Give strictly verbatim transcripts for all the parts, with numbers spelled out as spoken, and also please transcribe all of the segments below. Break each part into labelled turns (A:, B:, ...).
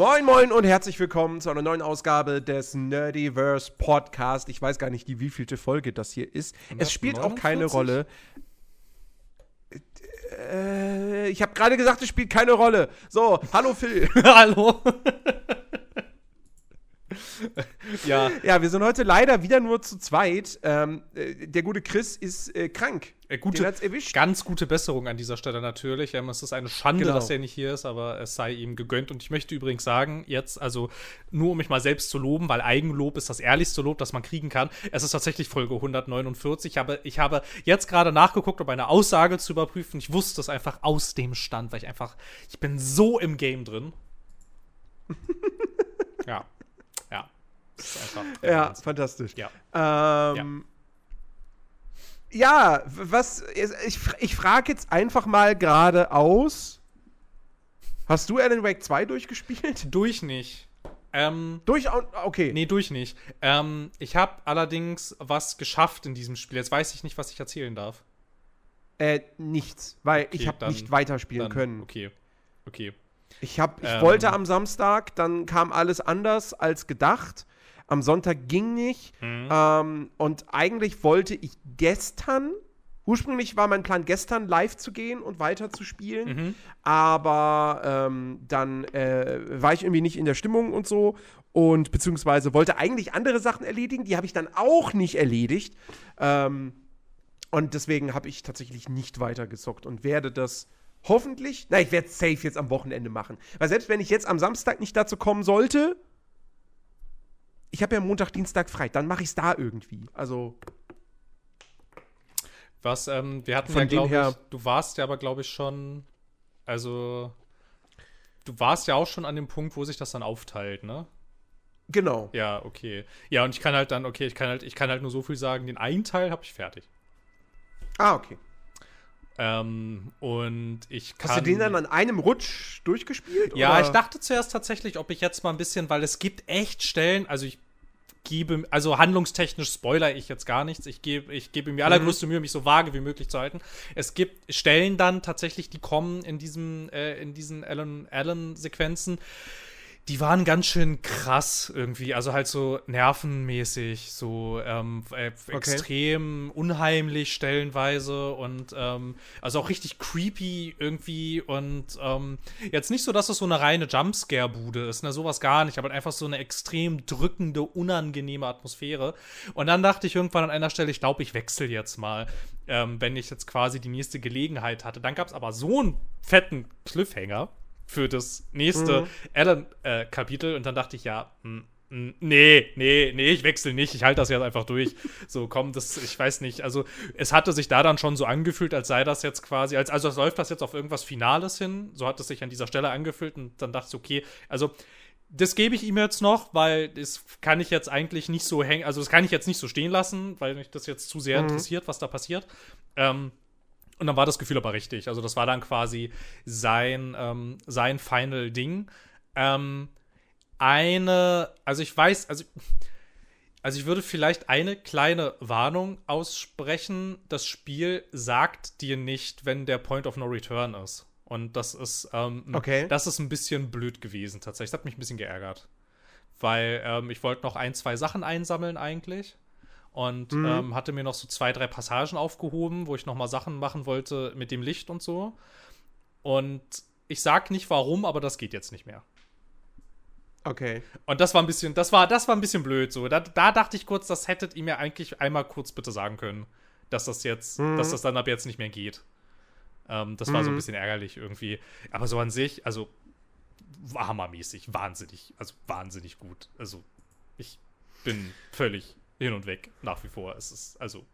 A: Moin moin und herzlich willkommen zu einer neuen Ausgabe des Nerdiverse Podcast. Ich weiß gar nicht, die wievielte Folge das hier ist. Es spielt auch keine Rolle. Äh, ich habe gerade gesagt, es spielt keine Rolle. So, hallo Phil.
B: Hallo. ja.
A: Ja, wir sind heute leider wieder nur zu zweit. Ähm, äh, der gute Chris ist äh, krank.
B: Äh, gute,
A: Den hat's erwischt.
B: Ganz gute Besserung an dieser Stelle natürlich. Ähm, es ist eine Schande,
A: Genau.
B: dass er nicht hier ist, aber es sei ihm gegönnt. Und ich möchte übrigens sagen, jetzt, also nur um mich mal selbst zu loben, weil Eigenlob ist das ehrlichste Lob, das man kriegen kann. Es ist tatsächlich Folge hundertneunundvierzig. Ich habe, ich habe jetzt gerade nachgeguckt, um eine Aussage zu überprüfen. Ich wusste es einfach aus dem Stand, weil ich einfach, ich bin so im Game drin. ja. Ja. Das ist einfach
A: Ja,
B: Wahnsinn.
A: fantastisch.
B: Ja.
A: Ähm, ja. ja, was, ich, ich frage jetzt einfach mal geradeaus. Hast du Alan Wake zwei durchgespielt?
B: Durch nicht. Ähm,
A: Durch, okay.
B: Nee, durch nicht. Ähm, ich habe allerdings was geschafft in diesem Spiel. Jetzt weiß ich nicht, was ich erzählen darf.
A: Äh, nichts, weil
B: Okay,
A: ich habe
B: dann-
A: nicht weiterspielen
B: Dann,
A: können.
B: Okay. Okay.
A: Ich, hab, ich
B: Ähm.
A: wollte am Samstag, dann kam alles anders als gedacht. Am Sonntag ging nicht.
B: Mhm.
A: Ähm, und eigentlich wollte ich gestern, ursprünglich war mein Plan, gestern live zu gehen und weiter zu spielen.
B: Mhm.
A: Aber ähm, dann äh, war ich irgendwie nicht in der Stimmung und so. Und beziehungsweise wollte eigentlich andere Sachen erledigen. Die habe ich dann auch nicht erledigt. Ähm, und deswegen habe ich tatsächlich nicht weitergezockt und werde das hoffentlich, na, ich werde es safe jetzt am Wochenende machen. Weil selbst wenn ich jetzt am Samstag nicht dazu kommen sollte, ich habe ja Montag, Dienstag frei, dann mache ich es da irgendwie. Also,
B: Was, ähm, wir hatten
A: Von
B: ja,
A: dem
B: glaube
A: her-
B: ich, du warst ja aber, glaube ich, schon, also, du warst ja auch schon an dem Punkt, wo sich das dann aufteilt, ne?
A: genau.
B: Ja, okay. Ja, und ich kann halt dann, okay, ich kann halt, ich kann halt nur so viel sagen, den einen Teil habe ich fertig.
A: Ah, okay.
B: Ähm, und ich kann.
A: Hast du den dann an einem Rutsch durchgespielt?
B: Ja,
A: oder?
B: ich dachte zuerst tatsächlich, ob ich jetzt mal ein bisschen, weil es gibt echt Stellen, also ich gebe, also handlungstechnisch spoiler ich jetzt gar nichts, ich gebe ich gebe mir allergrößte Mühe, mich so vage wie möglich zu halten. Es gibt Stellen dann tatsächlich, die kommen in diesem, äh, in diesen Alan, Alan-Sequenzen, die waren ganz schön krass irgendwie, also halt so nervenmäßig, so ähm, äh, extrem unheimlich stellenweise und ähm, also auch richtig creepy irgendwie und ähm, jetzt nicht so, dass es so eine reine Jumpscare-Bude ist, ne, sowas gar nicht, aber einfach so eine extrem drückende, unangenehme Atmosphäre. Und dann dachte ich irgendwann an einer Stelle, ich glaube, ich wechsle jetzt mal, ähm, wenn ich jetzt quasi die nächste Gelegenheit hatte. Dann gab es aber so einen fetten Cliffhanger für das nächste
A: Mhm.
B: Alan-Kapitel. Und dann dachte ich, ja, hm, hm, nee, nee, nee, ich wechsle nicht. Ich halte das jetzt einfach durch. So, komm, das, ich weiß nicht. Also, es hatte sich da dann schon so angefühlt, als sei das jetzt quasi, als, also, es läuft das jetzt auf irgendwas Finales hin. So hat es sich an dieser Stelle angefühlt. Und dann dachte ich, okay, also, das gebe ich ihm jetzt noch, weil das kann ich jetzt eigentlich nicht so hängen, also, das kann ich jetzt nicht so stehen lassen, weil mich das jetzt zu sehr
A: Mhm.
B: interessiert, was da passiert. Ähm, Und dann war das Gefühl aber richtig. Also das war dann quasi sein, ähm, sein Final-Ding. Ähm, eine, also ich weiß, also, also ich würde vielleicht eine kleine Warnung aussprechen. Das Spiel sagt dir nicht, wenn der Point of No Return ist. Und das ist, ähm,
A: Okay.
B: das ist ein bisschen blöd gewesen tatsächlich. Das hat mich ein bisschen geärgert. Weil ähm, ich wollte noch ein, zwei Sachen einsammeln eigentlich. Und
A: Mhm.
B: ähm, hatte mir noch so zwei, drei Passagen aufgehoben, wo ich noch mal Sachen machen wollte mit dem Licht und so. Und ich sag nicht warum, aber das geht jetzt nicht mehr.
A: Okay.
B: Und das war ein bisschen, das war, das war ein bisschen blöd so. Da, da dachte ich kurz, das hättet ihr mir eigentlich einmal kurz bitte sagen können, dass das jetzt,
A: Mhm.
B: dass das dann ab jetzt nicht mehr geht. Ähm, das war so ein
A: Mhm.
B: bisschen ärgerlich irgendwie. Aber so an sich, also hammermäßig, wahnsinnig, also wahnsinnig gut. Also ich bin völlig hin und weg, nach wie vor. Es ist, also,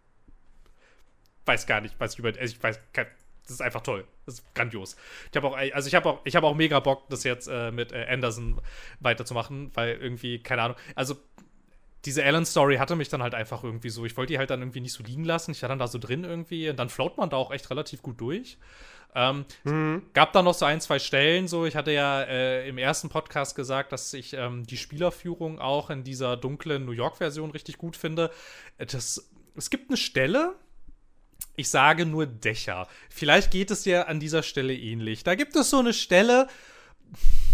B: weiß gar nicht, weiß über, also ich weiß, kein, das ist einfach toll. Das ist grandios. Ich habe auch, also ich habe auch, ich habe auch mega Bock, das jetzt äh, mit äh, Anderson weiterzumachen, weil irgendwie, keine Ahnung, also diese Alan-Story hatte mich dann halt einfach irgendwie so, ich wollte die halt dann irgendwie nicht so liegen lassen, ich war dann da so drin irgendwie und dann float man da auch echt relativ gut durch. Ähm,
A: Mhm.
B: Gab da noch so ein, zwei Stellen so. Ich hatte ja äh, im ersten Podcast gesagt, dass ich ähm, die Spielerführung auch in dieser dunklen New York-Version richtig gut finde. Das, es gibt eine Stelle, ich sage nur Dächer. Vielleicht geht es dir an dieser Stelle ähnlich. Da gibt es so eine Stelle,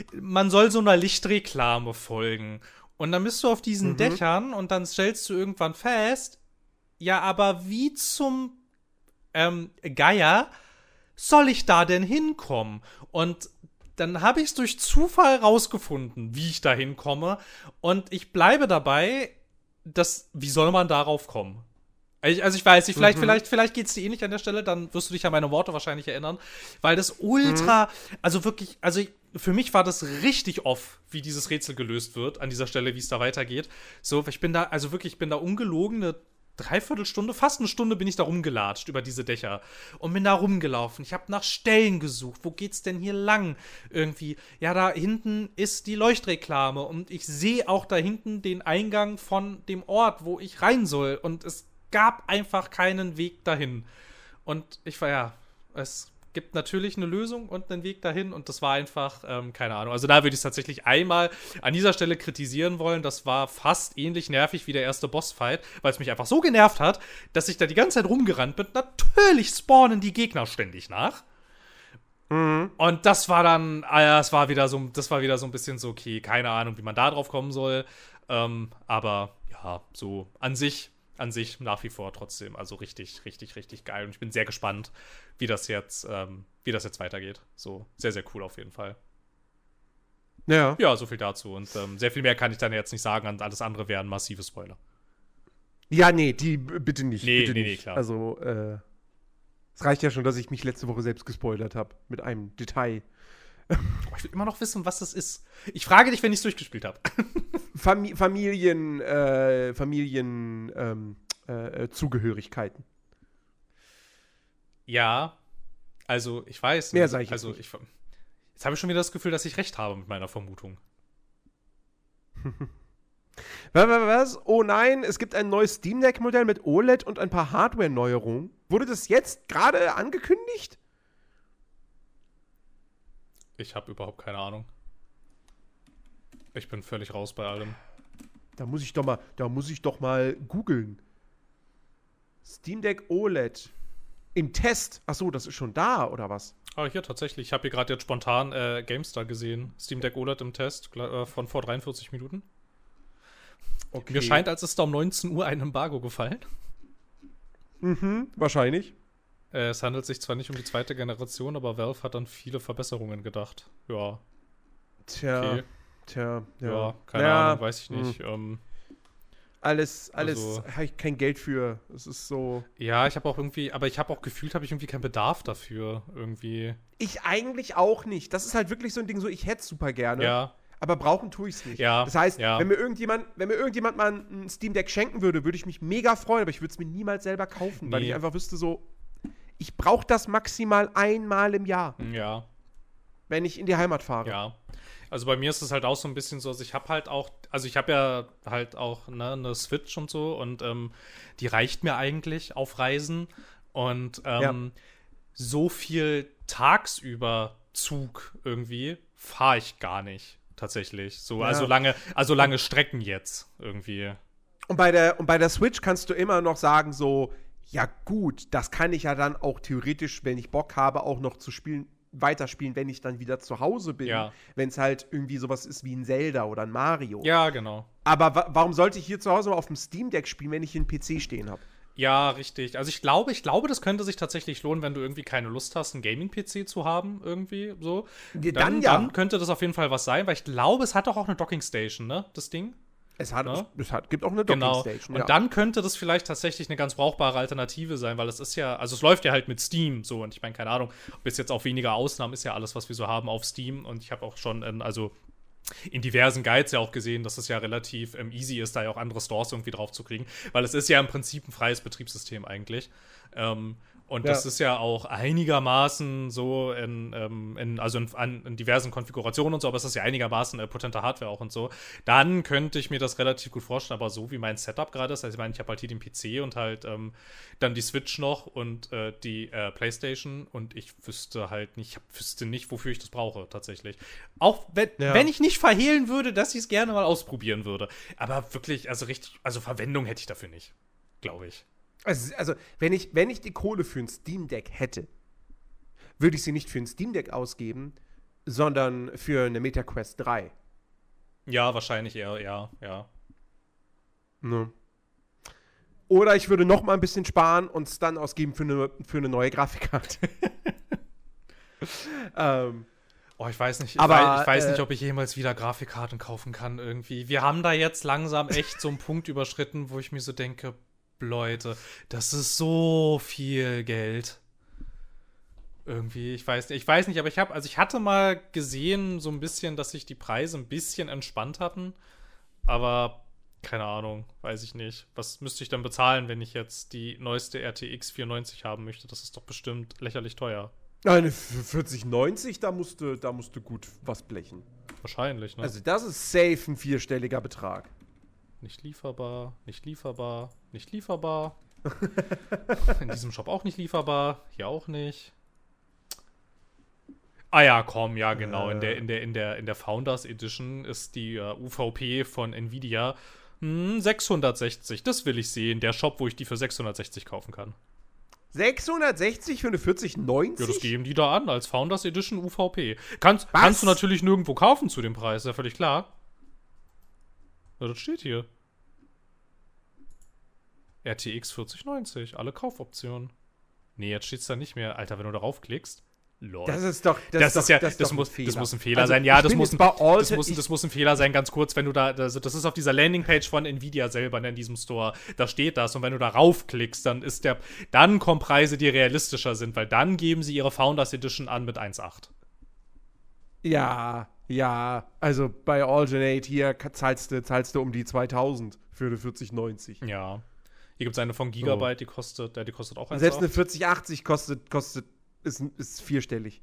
B: man soll so einer Lichtreklame folgen. Und dann bist du auf diesen
A: Mhm.
B: Dächern und dann stellst du irgendwann fest, ja, aber wie zum ähm, Geier soll ich da denn hinkommen? Und dann habe ich es durch Zufall rausgefunden, wie ich da hinkomme. Und ich bleibe dabei, dass, wie soll man darauf kommen? Ich, also ich weiß nicht, vielleicht,
A: Mhm.
B: vielleicht, vielleicht geht es dir ähnlich an der Stelle, dann wirst du dich an meine Worte wahrscheinlich erinnern, weil das ultra, also wirklich, also ich, für mich war das richtig off, wie dieses Rätsel gelöst wird, an dieser Stelle, wie es da weitergeht. So, ich bin da, also wirklich, ich bin da ungelogen eine Dreiviertelstunde, fast eine Stunde bin ich da rumgelatscht über diese Dächer und bin da rumgelaufen. Ich habe nach Stellen gesucht. Wo geht's denn hier lang? Irgendwie, ja, da hinten ist die Leuchtreklame und ich sehe auch da hinten den Eingang von dem Ort, wo ich rein soll. Und es gab einfach keinen Weg dahin. Und ich war, ja, es gibt natürlich eine Lösung und einen Weg dahin und das war einfach, ähm, keine Ahnung. Also da würde ich es tatsächlich einmal an dieser Stelle kritisieren wollen. Das war fast ähnlich nervig wie der erste Bossfight, weil es mich einfach so genervt hat, dass ich da die ganze Zeit rumgerannt bin. Natürlich spawnen die Gegner ständig nach.
A: Mhm.
B: Und das war dann, ah ja, es war wieder so, das war wieder so ein bisschen so, okay, keine Ahnung, wie man da drauf kommen soll. Ähm, aber ja, so an sich an sich nach wie vor trotzdem, also richtig, richtig, richtig geil. Und ich bin sehr gespannt, wie das jetzt, ähm, wie das jetzt weitergeht. So, sehr, sehr cool auf jeden Fall.
A: Ja.
B: Ja, so viel dazu. Und ähm, sehr viel mehr kann ich dann jetzt nicht sagen. Alles andere wären massive Spoiler.
A: Ja, nee, die b- bitte nicht.
B: Nee,
A: bitte
B: nee, nee,
A: nicht.
B: klar.
A: Also, äh, es reicht ja schon, dass ich mich letzte Woche selbst gespoilert habe. Mit einem Detail.
B: Oh, ich will immer noch wissen, was das ist. Ich frage dich, wenn ich es durchgespielt habe.
A: Fam Familien, äh, Familien, ähm, äh, Zugehörigkeiten.
B: Ja, also ich weiß.
A: Mehr sag ich jetzt
B: also
A: nicht.
B: ich Jetzt habe ich schon wieder das Gefühl, dass ich recht habe mit meiner Vermutung.
A: Was, was, was? Oh nein, es gibt ein neues Steam Deck-Modell mit O L E D und ein paar Hardware-Neuerungen. Wurde das jetzt gerade angekündigt?
B: Ich habe überhaupt keine Ahnung. Ich bin völlig raus bei allem.
A: Da muss ich doch mal, da muss ich doch mal googeln. Steam Deck O L E D. Im Test. Achso, das ist schon da, oder was?
B: Aber hier tatsächlich, ich habe hier gerade jetzt spontan äh, GameStar gesehen. Steam Deck O L E D im Test äh, von vor dreiundvierzig Minuten.
A: Okay.
B: Mir scheint, als ist da um neunzehn Uhr ein Embargo gefallen.
A: Mhm, wahrscheinlich.
B: Äh, es handelt sich zwar nicht um die zweite Generation, aber Valve hat dann viele Verbesserungen gedacht. Ja,
A: Tja,
B: okay.
A: tja, ja.
B: Ja, keine
A: Ja,
B: Ahnung, weiß ich nicht. Ähm,
A: Alles, alles,
B: Also-
A: habe ich kein Geld für. Es ist so.
B: ja, ich habe auch irgendwie, aber ich habe auch gefühlt, habe ich irgendwie keinen Bedarf dafür. Irgendwie.
A: Ich eigentlich auch nicht. Das ist halt wirklich so ein Ding, so ich hätte es super gerne.
B: Ja,
A: Aber brauchen tue ich es nicht.
B: Ja,
A: Das heißt,
B: ja.
A: wenn mir irgendjemand, wenn mir irgendjemand mal ein Steam Deck schenken würde, würde ich mich mega freuen, aber ich würde es mir niemals selber kaufen, weil
B: Nee.
A: ich einfach wüsste so, ich brauche das maximal einmal im Jahr,
B: ja,
A: wenn ich in die Heimat fahre.
B: ja. Also bei mir ist es halt auch so ein bisschen so, also ich habe halt auch, also ich habe ja halt auch ne, eine Switch und so und ähm, die reicht mir eigentlich auf Reisen und ähm, so viel tagsüber Zug irgendwie fahre ich gar nicht tatsächlich. So,
A: Ja.
B: also lange, also lange Strecken jetzt irgendwie.
A: Und bei der und bei der Switch kannst du immer noch sagen so, ja gut, das kann ich ja dann auch theoretisch, wenn ich Bock habe, auch noch zu spielen, weiterspielen, wenn ich dann wieder zu Hause bin.
B: Ja.
A: Wenn es halt irgendwie sowas ist wie ein Zelda oder ein Mario.
B: Ja, genau.
A: Aber wa warum sollte ich hier zu Hause mal auf dem Steam Deck spielen, wenn ich hier einen P C stehen habe?
B: Ja, richtig. Also ich glaube, ich glaube, das könnte sich tatsächlich lohnen, wenn du irgendwie keine Lust hast, einen Gaming-P C zu haben, irgendwie so.
A: Ja,
B: Dann,
A: dann ja.
B: dann könnte das auf jeden Fall was sein, weil ich glaube, es hat doch auch eine Docking-Station, ne, das Ding.
A: Es, hat,
B: Ne?
A: es hat, gibt auch eine
B: Genau.
A: Docking-Station.
B: Und
A: Ja.
B: dann könnte das vielleicht tatsächlich eine ganz brauchbare Alternative sein, weil es ist ja, also es läuft ja halt mit Steam so und ich meine, keine Ahnung, bis jetzt auch weniger Ausnahmen ist ja alles, was wir so haben auf Steam und ich habe auch schon, in, also in diversen Guides ja auch gesehen, dass es ja relativ ähm, easy ist, da ja auch andere Stores irgendwie drauf zu kriegen, weil es ist ja im Prinzip ein freies Betriebssystem eigentlich. Ähm, und
A: Ja.
B: das ist ja auch einigermaßen so in, ähm, in also in, an, in diversen Konfigurationen und so, aber es ist ja einigermaßen äh, potente Hardware auch und so. Dann könnte ich mir das relativ gut vorstellen, aber so wie mein Setup gerade ist, also ich meine, ich habe halt hier den P C und halt ähm, dann die Switch noch und äh, die äh, PlayStation und ich wüsste halt nicht, ich hab, wüsste nicht, wofür ich das brauche tatsächlich. Auch wenn,
A: Ja.
B: wenn ich nicht verhehlen würde, dass ich es gerne mal ausprobieren würde. Aber wirklich, also richtig, also Verwendung hätte ich dafür nicht, glaube ich.
A: Also, also wenn, ich, wenn ich die Kohle für ein Steam Deck hätte, würde ich sie nicht für ein Steam Deck ausgeben, sondern für eine MetaQuest drei.
B: Ja, wahrscheinlich eher, ja, ja.
A: Ne. Oder ich würde noch mal ein bisschen sparen und es dann ausgeben für eine, für eine neue Grafikkarte. ähm,
B: oh, ich weiß nicht,
A: aber,
B: ich weiß, ich weiß
A: äh,
B: nicht, ob ich jemals wieder Grafikkarten kaufen kann irgendwie. Wir haben da jetzt langsam echt so einen Punkt überschritten, wo ich mir so denke, Leute, das ist so viel Geld. Irgendwie, ich weiß nicht, ich weiß nicht, aber ich habe, also ich hatte mal gesehen, so ein bisschen, dass sich die Preise ein bisschen entspannt hatten, aber keine Ahnung, weiß ich nicht. Was müsste ich dann bezahlen, wenn ich jetzt die neueste R T X vierundneunzig haben möchte? Das ist doch bestimmt lächerlich teuer.
A: Eine vierzig neunzig, da musste, da musste gut was blechen.
B: Wahrscheinlich, ne?
A: Also das ist safe ein vierstelliger Betrag.
B: Nicht lieferbar, nicht lieferbar, nicht lieferbar. In diesem Shop auch nicht lieferbar, hier auch nicht. Ah ja, komm, ja genau. In der, in der, in der, in der Founders Edition ist die uh, U V P von Nvidia hm, sechshundertsechzig. Das will ich sehen. Der Shop, wo ich die für sechshundertsechzig kaufen kann.
A: sechshundertsechzig für eine vierzig neunzig?
B: Ja, das geben die da an, als Founders Edition U V P. Kannst, kannst du natürlich nirgendwo kaufen zu dem Preis, ist ja völlig klar. Ja, das steht hier. R T X vierzig neunzig, alle Kaufoptionen. Nee, jetzt steht's da nicht mehr. Alter, wenn du darauf klickst. Lol.
A: Das ist doch, das,
B: das
A: ist,
B: ist
A: doch,
B: ja,
A: das, ist
B: das,
A: doch
B: muss,
A: ein Fehler.
B: das muss ein Fehler
A: also,
B: sein. Ja, das muss, ein, das,
A: Alter,
B: muss, das muss ein Fehler sein, ganz kurz, wenn du da, also das ist auf dieser Landingpage von Nvidia selber, ne, in diesem Store, da steht das und wenn du da raufklickst, dann ist der, dann kommen Preise, die realistischer sind, weil dann geben sie ihre Founders Edition an mit eins Komma acht.
A: Ja, ja, also bei Alternate hier zahlst du, zahlst du um die zweitausend für eine vierzig neunzig.
B: Ja. Hier gibt es eine von Gigabyte, die kostet, die kostet auch eins Komma acht.
A: Selbst eine vierzig achtzig kostet, kostet ist, ist vierstellig.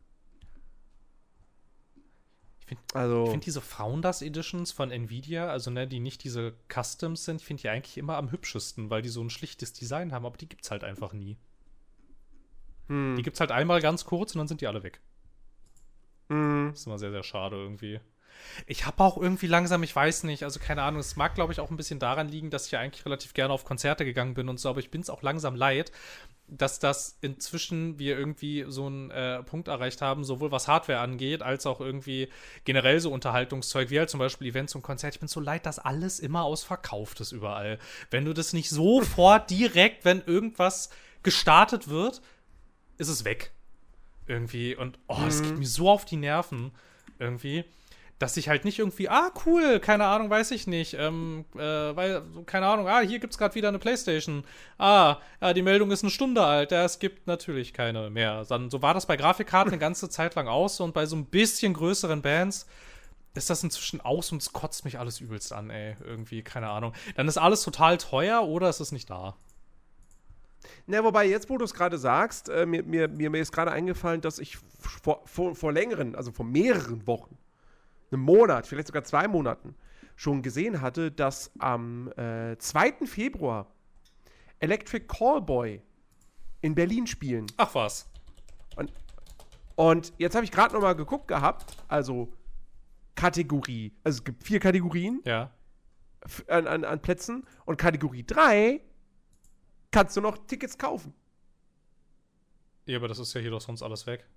B: Ich finde
A: also,
B: find diese Founders Editions von Nvidia, also ne, die nicht diese Customs sind, ich finde die eigentlich immer am hübschesten, weil die so ein schlichtes Design haben, aber die gibt's halt einfach nie.
A: hm.
B: Die gibt's halt einmal ganz kurz und dann sind die alle weg.
A: Hm.
B: Das ist immer sehr, sehr schade irgendwie. Ich habe auch irgendwie langsam, ich weiß nicht, also keine Ahnung, es mag, glaube ich, auch ein bisschen daran liegen, dass ich ja eigentlich relativ gerne auf Konzerte gegangen bin und so, aber ich bin es auch langsam leid, dass das inzwischen wir irgendwie so einen äh, Punkt erreicht haben, sowohl was Hardware angeht, als auch irgendwie generell so Unterhaltungszeug, wie halt zum Beispiel Events und Konzerte. Ich bin so leid, dass alles immer ausverkauft ist überall. Wenn du das nicht sofort direkt, wenn irgendwas gestartet wird, ist es weg. Irgendwie. Und oh, es
A: Mhm.
B: geht mir so auf die Nerven. Irgendwie. Dass ich halt nicht irgendwie, ah, cool, keine Ahnung, weiß ich nicht, ähm, äh, weil, keine Ahnung, ah, hier gibt's gerade wieder eine Playstation. Ah, ja, die Meldung ist eine Stunde alt, ja, es gibt natürlich keine mehr. Dann, so war das bei Grafikkarten eine ganze Zeit lang aus und bei so ein bisschen größeren Bands ist das inzwischen aus und es kotzt mich alles übelst an, ey, irgendwie, keine Ahnung. Dann ist alles total teuer oder es ist nicht da.
A: Na, wobei, jetzt, wo du es gerade sagst, äh, mir, mir, mir, mir ist gerade eingefallen, dass ich vor, vor, vor längeren, also vor mehreren Wochen, einem Monat, vielleicht sogar zwei Monaten, schon gesehen hatte, dass am äh, zweiten Februar Electric Callboy in Berlin spielen.
B: Ach was.
A: Und, und jetzt habe ich gerade noch mal geguckt gehabt, also Kategorie, also es gibt vier Kategorien
B: Ja.
A: f- an, an, an Plätzen und Kategorie drei kannst du noch Tickets kaufen.
B: Ja, aber das ist ja hier doch sonst alles weg.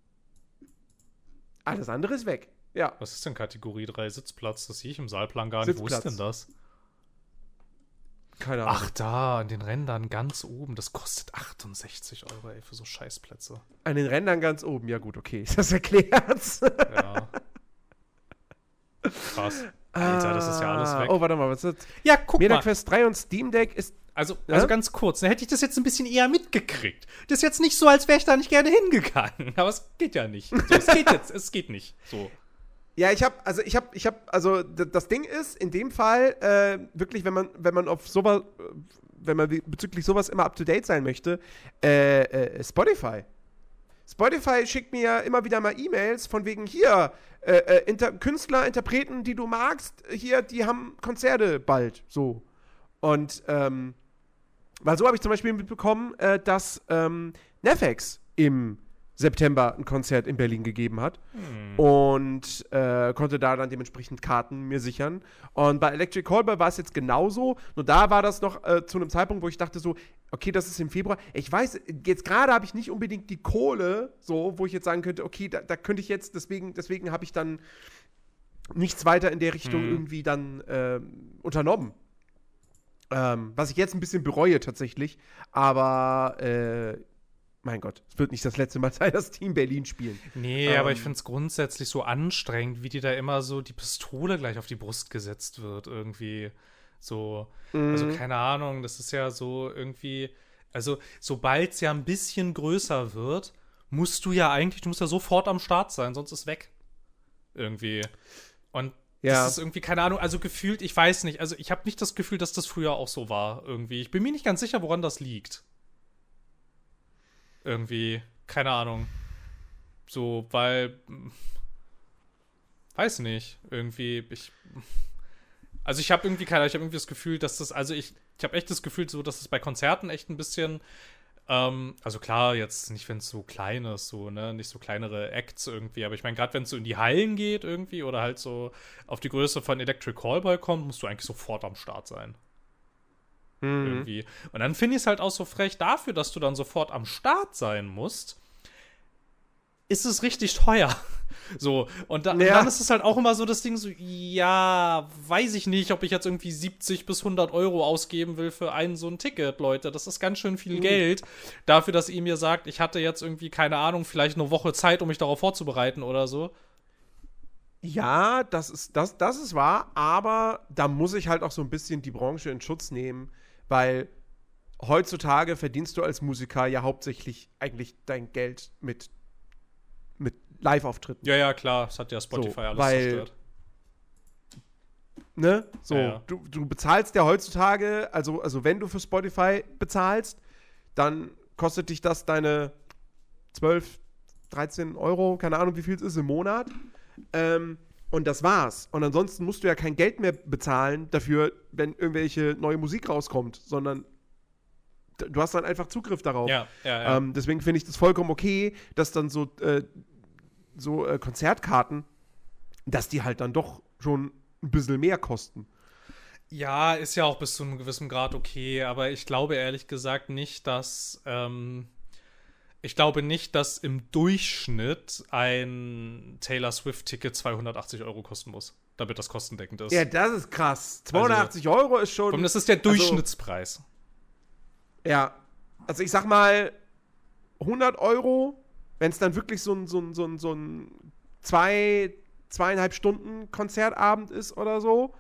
A: Alles andere ist weg. Ja.
B: Was ist denn Kategorie drei? Sitzplatz? Das sehe ich im Saalplan gar nicht. Wo ist
A: Sitzplatz.
B: denn das?
A: Keine Ahnung.
B: Ach, da, an den Rändern ganz oben. Das kostet achtundsechzig Euro, ey, für so Scheißplätze.
A: An den Rändern ganz oben. Ja gut, okay. Ist das erklärt?
B: Ja. Krass. Alter, das ist ja alles weg.
A: Oh, warte mal, was ist das?
B: Ja, guck mal.
A: MetaQuest drei und Steam Deck ist.
B: Also,
A: Ja?
B: also ganz kurz, dann hätte ich das jetzt ein bisschen eher mitgekriegt. Das ist jetzt nicht so, als wäre ich da nicht gerne hingegangen. Aber es geht ja nicht. So, es geht jetzt, es geht nicht. So.
A: Ja, ich habe, also ich habe, ich habe, also d- das Ding ist, in dem Fall, äh, wirklich, wenn man, wenn man auf sowas, äh, wenn man bezüglich sowas immer up to date sein möchte, äh, äh, Spotify. Spotify schickt mir ja immer wieder mal E-Mails von wegen hier, äh, äh, Inter- Künstler, Interpreten, die du magst, hier, die haben Konzerte bald, so. Und, ähm, weil so habe ich zum Beispiel mitbekommen, äh, dass ähm, Netflix im September ein Konzert in Berlin gegeben hat. Hm. Und äh, konnte da dann dementsprechend Karten mir sichern. Und bei Electric Callboy war es jetzt genauso. Nur da war das noch äh, zu einem Zeitpunkt, wo ich dachte so, okay, das ist im Februar. Ich weiß, jetzt gerade habe ich nicht unbedingt die Kohle, so, wo ich jetzt sagen könnte, okay, da, da könnte ich jetzt, deswegen, deswegen habe ich dann nichts weiter in der Richtung hm. irgendwie dann äh, unternommen. Ähm, was ich jetzt ein bisschen bereue tatsächlich. Aber äh, mein Gott, es wird nicht das letzte Mal sein, dass Team Berlin spielen.
B: Nee, ähm, aber ich finde es grundsätzlich so anstrengend, wie dir da immer so die Pistole gleich auf die Brust gesetzt wird, irgendwie. So, mhm. also keine Ahnung, das ist ja so irgendwie, also sobald es ja ein bisschen größer wird, musst du ja eigentlich, du musst ja sofort am Start sein, sonst ist weg. Irgendwie. Und ja. das ist irgendwie, keine Ahnung, also gefühlt, ich weiß nicht, also ich habe nicht das Gefühl, dass das früher auch so war, irgendwie. Ich bin mir nicht ganz sicher, woran das liegt. Irgendwie, keine Ahnung. So, weil, weiß nicht, irgendwie, ich, also ich habe irgendwie, keine Ahnung, ich habe irgendwie das Gefühl, dass das, also ich, ich habe echt das Gefühl, so, dass es bei Konzerten echt ein bisschen, ähm, also klar, jetzt nicht, wenn es so klein ist, so, ne, nicht so kleinere Acts irgendwie, aber ich meine, gerade wenn es so in die Hallen geht irgendwie oder halt so auf die Größe von Electric Callboy kommt, musst du eigentlich sofort am Start sein. Irgendwie. Und dann finde ich es halt auch so frech dafür, dass du dann sofort am Start sein musst, ist es richtig teuer. So, und, da, ja. und dann ist es halt auch immer so das Ding so, ja, weiß ich nicht, ob ich jetzt irgendwie siebzig bis hundert Euro ausgeben will für einen so ein Ticket, Leute. Das ist ganz schön viel mhm. Geld dafür, dass ihr mir sagt, ich hatte jetzt irgendwie, keine Ahnung, vielleicht eine Woche Zeit, um mich darauf vorzubereiten oder so.
A: Ja, das ist, das, das ist wahr, aber da muss ich halt auch so ein bisschen die Branche in Schutz nehmen, weil heutzutage verdienst du als Musiker ja hauptsächlich eigentlich dein Geld mit, mit Live-Auftritten.
B: Ja, ja, klar, das hat ja Spotify so, alles
A: weil,
B: zerstört.
A: Ne? So,
B: ja, ja.
A: Du, du bezahlst ja heutzutage, also, also wenn du für Spotify bezahlst, dann kostet dich das deine zwölf, dreizehn Euro, keine Ahnung, wie viel es ist im Monat. Ähm, Und das war's. Und ansonsten musst du ja kein Geld mehr bezahlen dafür, wenn irgendwelche neue Musik rauskommt, sondern du hast dann einfach Zugriff darauf.
B: Ja, ja, ja.
A: Ähm, deswegen finde ich das vollkommen okay, dass dann so, äh, so äh, Konzertkarten, dass die halt dann doch schon ein bisschen mehr kosten.
B: Ja, ist ja auch bis zu einem gewissen Grad okay, aber ich glaube ehrlich gesagt nicht, dass ähm Ich glaube nicht, dass im Durchschnitt ein Taylor Swift-Ticket zweihundertachtzig Euro kosten muss, damit das kostendeckend ist.
A: Ja, das ist krass. zweihundertachtzig also, Euro ist schon.
B: Und das ist der Durchschnittspreis.
A: Also, ja. Also ich sag mal, hundert Euro, wenn es dann wirklich so ein, so ein, so ein, so ein zwei, zweieinhalb Stunden Konzertabend ist oder so.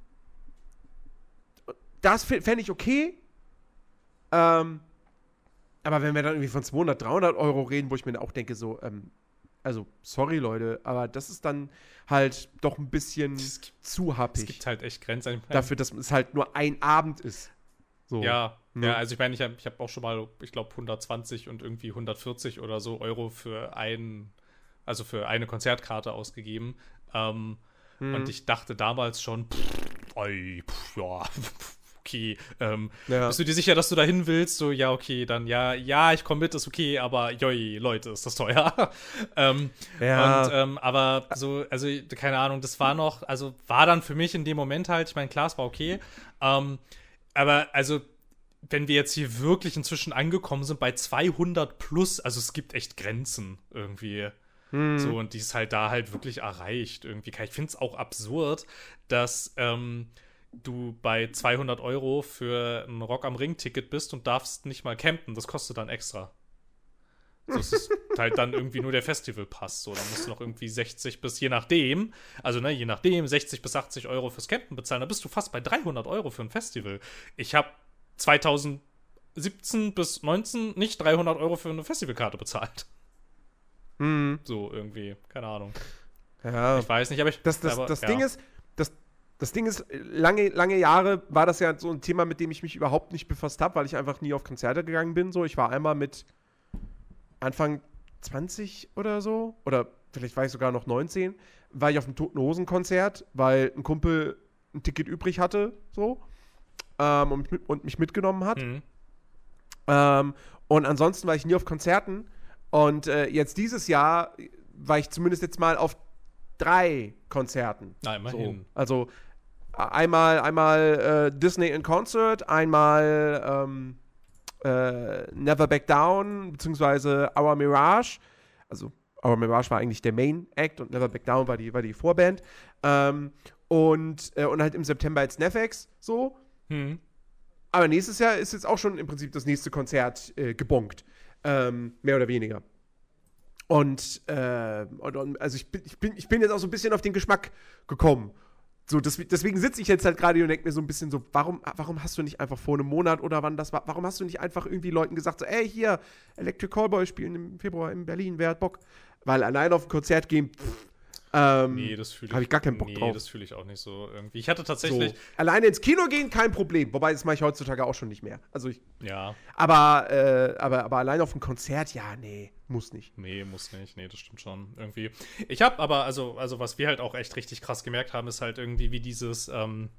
A: Das fände ich okay. Ähm. Aber wenn wir dann irgendwie von zweihundert, dreihundert Euro reden, wo ich mir auch denke, so, ähm, also, sorry, Leute, aber das ist dann halt doch ein bisschen gibt, zu happig.
B: Es gibt halt echt Grenzen.
A: Dafür, dass es halt nur ein Abend ist. So.
B: Ja, ne? Ja, also ich meine, ich habe ich hab auch schon mal, ich glaube, hundertzwanzig und irgendwie hundertvierzig oder so Euro für ein, also für eine Konzertkarte ausgegeben. Ähm, mhm. Und ich dachte damals schon, pff, oi, pff, ja, pff, okay, ähm, ja. Bist du dir sicher, dass du da hin willst? So, ja, okay, dann ja, ja, ich komme mit, ist okay, aber joi, Leute, ist das teuer. ähm,
A: ja.
B: Und, ähm, aber so, also, keine Ahnung, das war noch, also war dann für mich in dem Moment halt, ich meine, klar, es war okay, ähm, aber also, wenn wir jetzt hier wirklich inzwischen angekommen sind bei zweihundert plus, also es gibt echt Grenzen irgendwie. Hm. So, und die ist halt da halt wirklich erreicht irgendwie. Ich finde es auch absurd, dass, ähm, du bei zweihundert Euro für ein Rock am Ring-Ticket bist und darfst nicht mal campen. Das kostet dann extra. So, das ist halt dann irgendwie nur der Festivalpass. So, da musst du noch irgendwie sechzig bis, je nachdem, also ne, je nachdem, sechzig bis achtzig Euro fürs Campen bezahlen. Da bist du fast bei dreihundert Euro für ein Festival. Ich habe zweitausendsiebzehn bis neunzehn nicht dreihundert Euro für eine Festivalkarte bezahlt.
A: Mhm.
B: So, irgendwie, keine Ahnung.
A: Ja.
B: Ich weiß nicht, aber ich...
A: Das, das,
B: aber,
A: das
B: ja.
A: Ding ist, das Das Ding ist, lange, lange Jahre war das ja so ein Thema, mit dem ich mich überhaupt nicht befasst habe, weil ich einfach nie auf Konzerte gegangen bin. So, ich war einmal mit Anfang zwanzig oder so, oder vielleicht war ich sogar noch neunzehn, war ich auf einem Toten Hosen Konzert, weil ein Kumpel ein Ticket übrig hatte, so, ähm, und, und mich mitgenommen hat. Mhm. Ähm, und ansonsten war ich nie auf Konzerten. Und äh, jetzt dieses Jahr war ich zumindest jetzt mal auf drei Konzerten.
B: Na, immerhin.
A: So. Also einmal, einmal äh, Disney in Concert, einmal ähm, äh, Never Back Down, beziehungsweise Our Mirage. Also Our Mirage war eigentlich der Main Act und Never Back Down war die, war die Vorband. Ähm, und, äh, und halt im September jetzt Netflix, so.
B: Hm.
A: Aber nächstes Jahr ist jetzt auch schon im Prinzip das nächste Konzert äh, gebongt. Ähm, mehr oder weniger. Und, äh, und, und also ich bin, ich, bin, ich bin jetzt auch so ein bisschen auf den Geschmack gekommen. So, das, deswegen sitze ich jetzt halt gerade hier und denke mir so ein bisschen so, warum, warum hast du nicht einfach vor einem Monat oder wann das war, warum hast du nicht einfach irgendwie Leuten gesagt, so, ey, hier, Electric Callboy spielen im Februar in Berlin, wer hat Bock? Weil allein auf ein Konzert gehen, pff, ähm,
B: nee, das fühle ich,
A: habe ich gar keinen Bock
B: nee,
A: drauf.
B: Nee, das fühle ich auch nicht so irgendwie. Ich hatte tatsächlich
A: so. Alleine ins Kino gehen, kein Problem. Wobei, das mache ich heutzutage auch schon nicht mehr. Also ich,
B: ja.
A: Aber, äh, aber, aber allein auf ein Konzert, ja, nee, muss nicht.
B: Nee, muss nicht. Nee, das stimmt schon. Irgendwie. Ich habe aber, also, also was wir halt auch echt richtig krass gemerkt haben, ist halt irgendwie, wie dieses, ähm,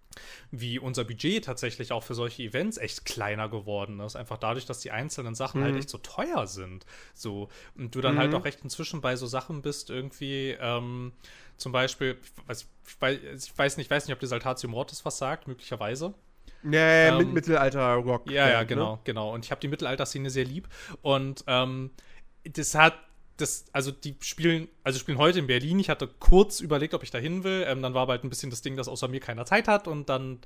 B: wie unser Budget tatsächlich auch für solche Events echt kleiner geworden ist. Einfach dadurch, dass die einzelnen Sachen mhm. halt echt so teuer sind. So, und du dann mhm. halt auch echt inzwischen bei so Sachen bist, irgendwie, ähm, zum Beispiel, ich weiß, ich weiß nicht, ich weiß nicht, ob die Saltatio Mortis was sagt, möglicherweise.
A: Nee, ähm, mit Mittelalter-Rock.
B: Ja, ja, genau, ne? genau. Und ich habe die Mittelalter-Szene sehr lieb. Und ähm, das hat Das, also die spielen, also spielen heute in Berlin. Ich hatte kurz überlegt, ob ich da hin will. Ähm, dann war aber halt ein bisschen das Ding, dass außer mir keiner Zeit hat und dann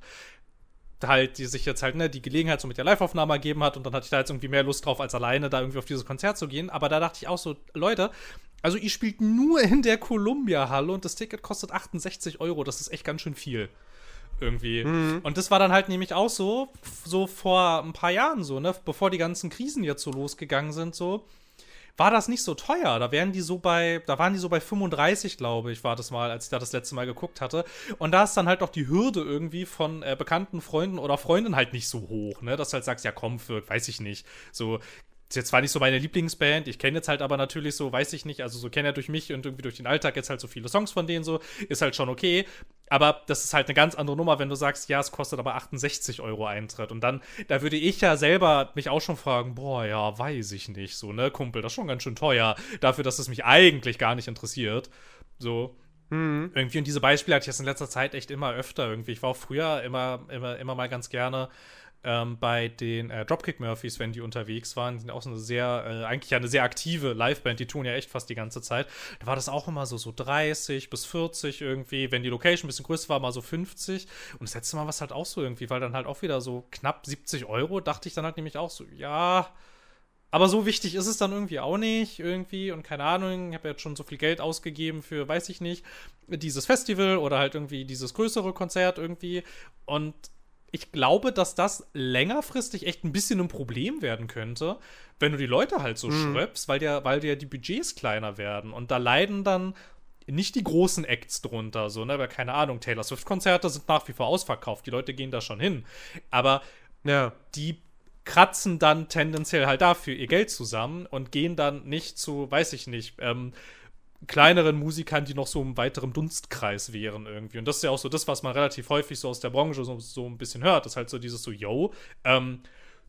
B: halt die sich jetzt halt ne, die Gelegenheit so mit der Live-Aufnahme ergeben hat und dann hatte ich da jetzt irgendwie mehr Lust drauf, als alleine da irgendwie auf dieses Konzert zu gehen. Aber da dachte ich auch so, Leute, also ihr spielt nur in der Columbia-Halle und das Ticket kostet achtundsechzig Euro. Das ist echt ganz schön viel. Irgendwie. Mhm. Und das war dann halt nämlich auch so, so vor ein paar Jahren so, ne, bevor die ganzen Krisen jetzt so losgegangen sind, so, war das nicht so teuer. Da wären die so bei, da waren die so bei fünfunddreißig, glaube ich, war das mal, als ich da das letzte Mal geguckt hatte. Und da ist dann halt auch die Hürde irgendwie von äh, bekannten Freunden oder Freundinnen halt nicht so hoch, ne, dass du halt sagst, ja komm, für, weiß ich nicht, so, ist jetzt zwar nicht so meine Lieblingsband, ich kenne jetzt halt aber natürlich so, weiß ich nicht, also so kenne ja durch mich und irgendwie durch den Alltag jetzt halt so viele Songs von denen so, ist halt schon okay, aber das ist halt eine ganz andere Nummer, wenn du sagst, ja, es kostet aber achtundsechzig Euro Eintritt und dann, da würde ich ja selber mich auch schon fragen, boah, ja, weiß ich nicht, so, ne, Kumpel, das ist schon ganz schön teuer, dafür, dass es mich eigentlich gar nicht interessiert, so. Mhm. Irgendwie, und diese Beispiele hatte ich jetzt in letzter Zeit echt immer öfter irgendwie, ich war auch früher immer, immer, immer mal ganz gerne Ähm, bei den äh, Dropkick Murphys, wenn die unterwegs waren, die sind auch so eine sehr, äh, eigentlich ja eine sehr aktive Liveband, die tun ja echt fast die ganze Zeit. Da war das auch immer so, so dreißig bis vierzig irgendwie, wenn die Location ein bisschen größer war, mal so fünfzig. Und das letzte Mal war es halt auch so irgendwie, weil dann halt auch wieder so knapp siebzig Euro, dachte ich dann halt nämlich auch so, ja, aber so wichtig ist es dann irgendwie auch nicht, irgendwie, und keine Ahnung, ich habe ja jetzt schon so viel Geld ausgegeben für, weiß ich nicht, dieses Festival oder halt irgendwie dieses größere Konzert irgendwie und ich glaube, dass das längerfristig echt ein bisschen ein Problem werden könnte, wenn du die Leute halt so mhm. schröpfst, weil dir weil dir die Budgets kleiner werden. Und da leiden dann nicht die großen Acts drunter, so, ne? Weil, keine Ahnung, Taylor Swift-Konzerte sind nach wie vor ausverkauft. Die Leute gehen da schon hin. Aber ja. die kratzen dann tendenziell halt dafür ihr Geld zusammen und gehen dann nicht zu, weiß ich nicht, ähm, kleineren Musikern, die noch so im weiteren Dunstkreis wären irgendwie. Und das ist ja auch so das, was man relativ häufig so aus der Branche so, so ein bisschen hört. Das ist halt so dieses so, yo, ähm,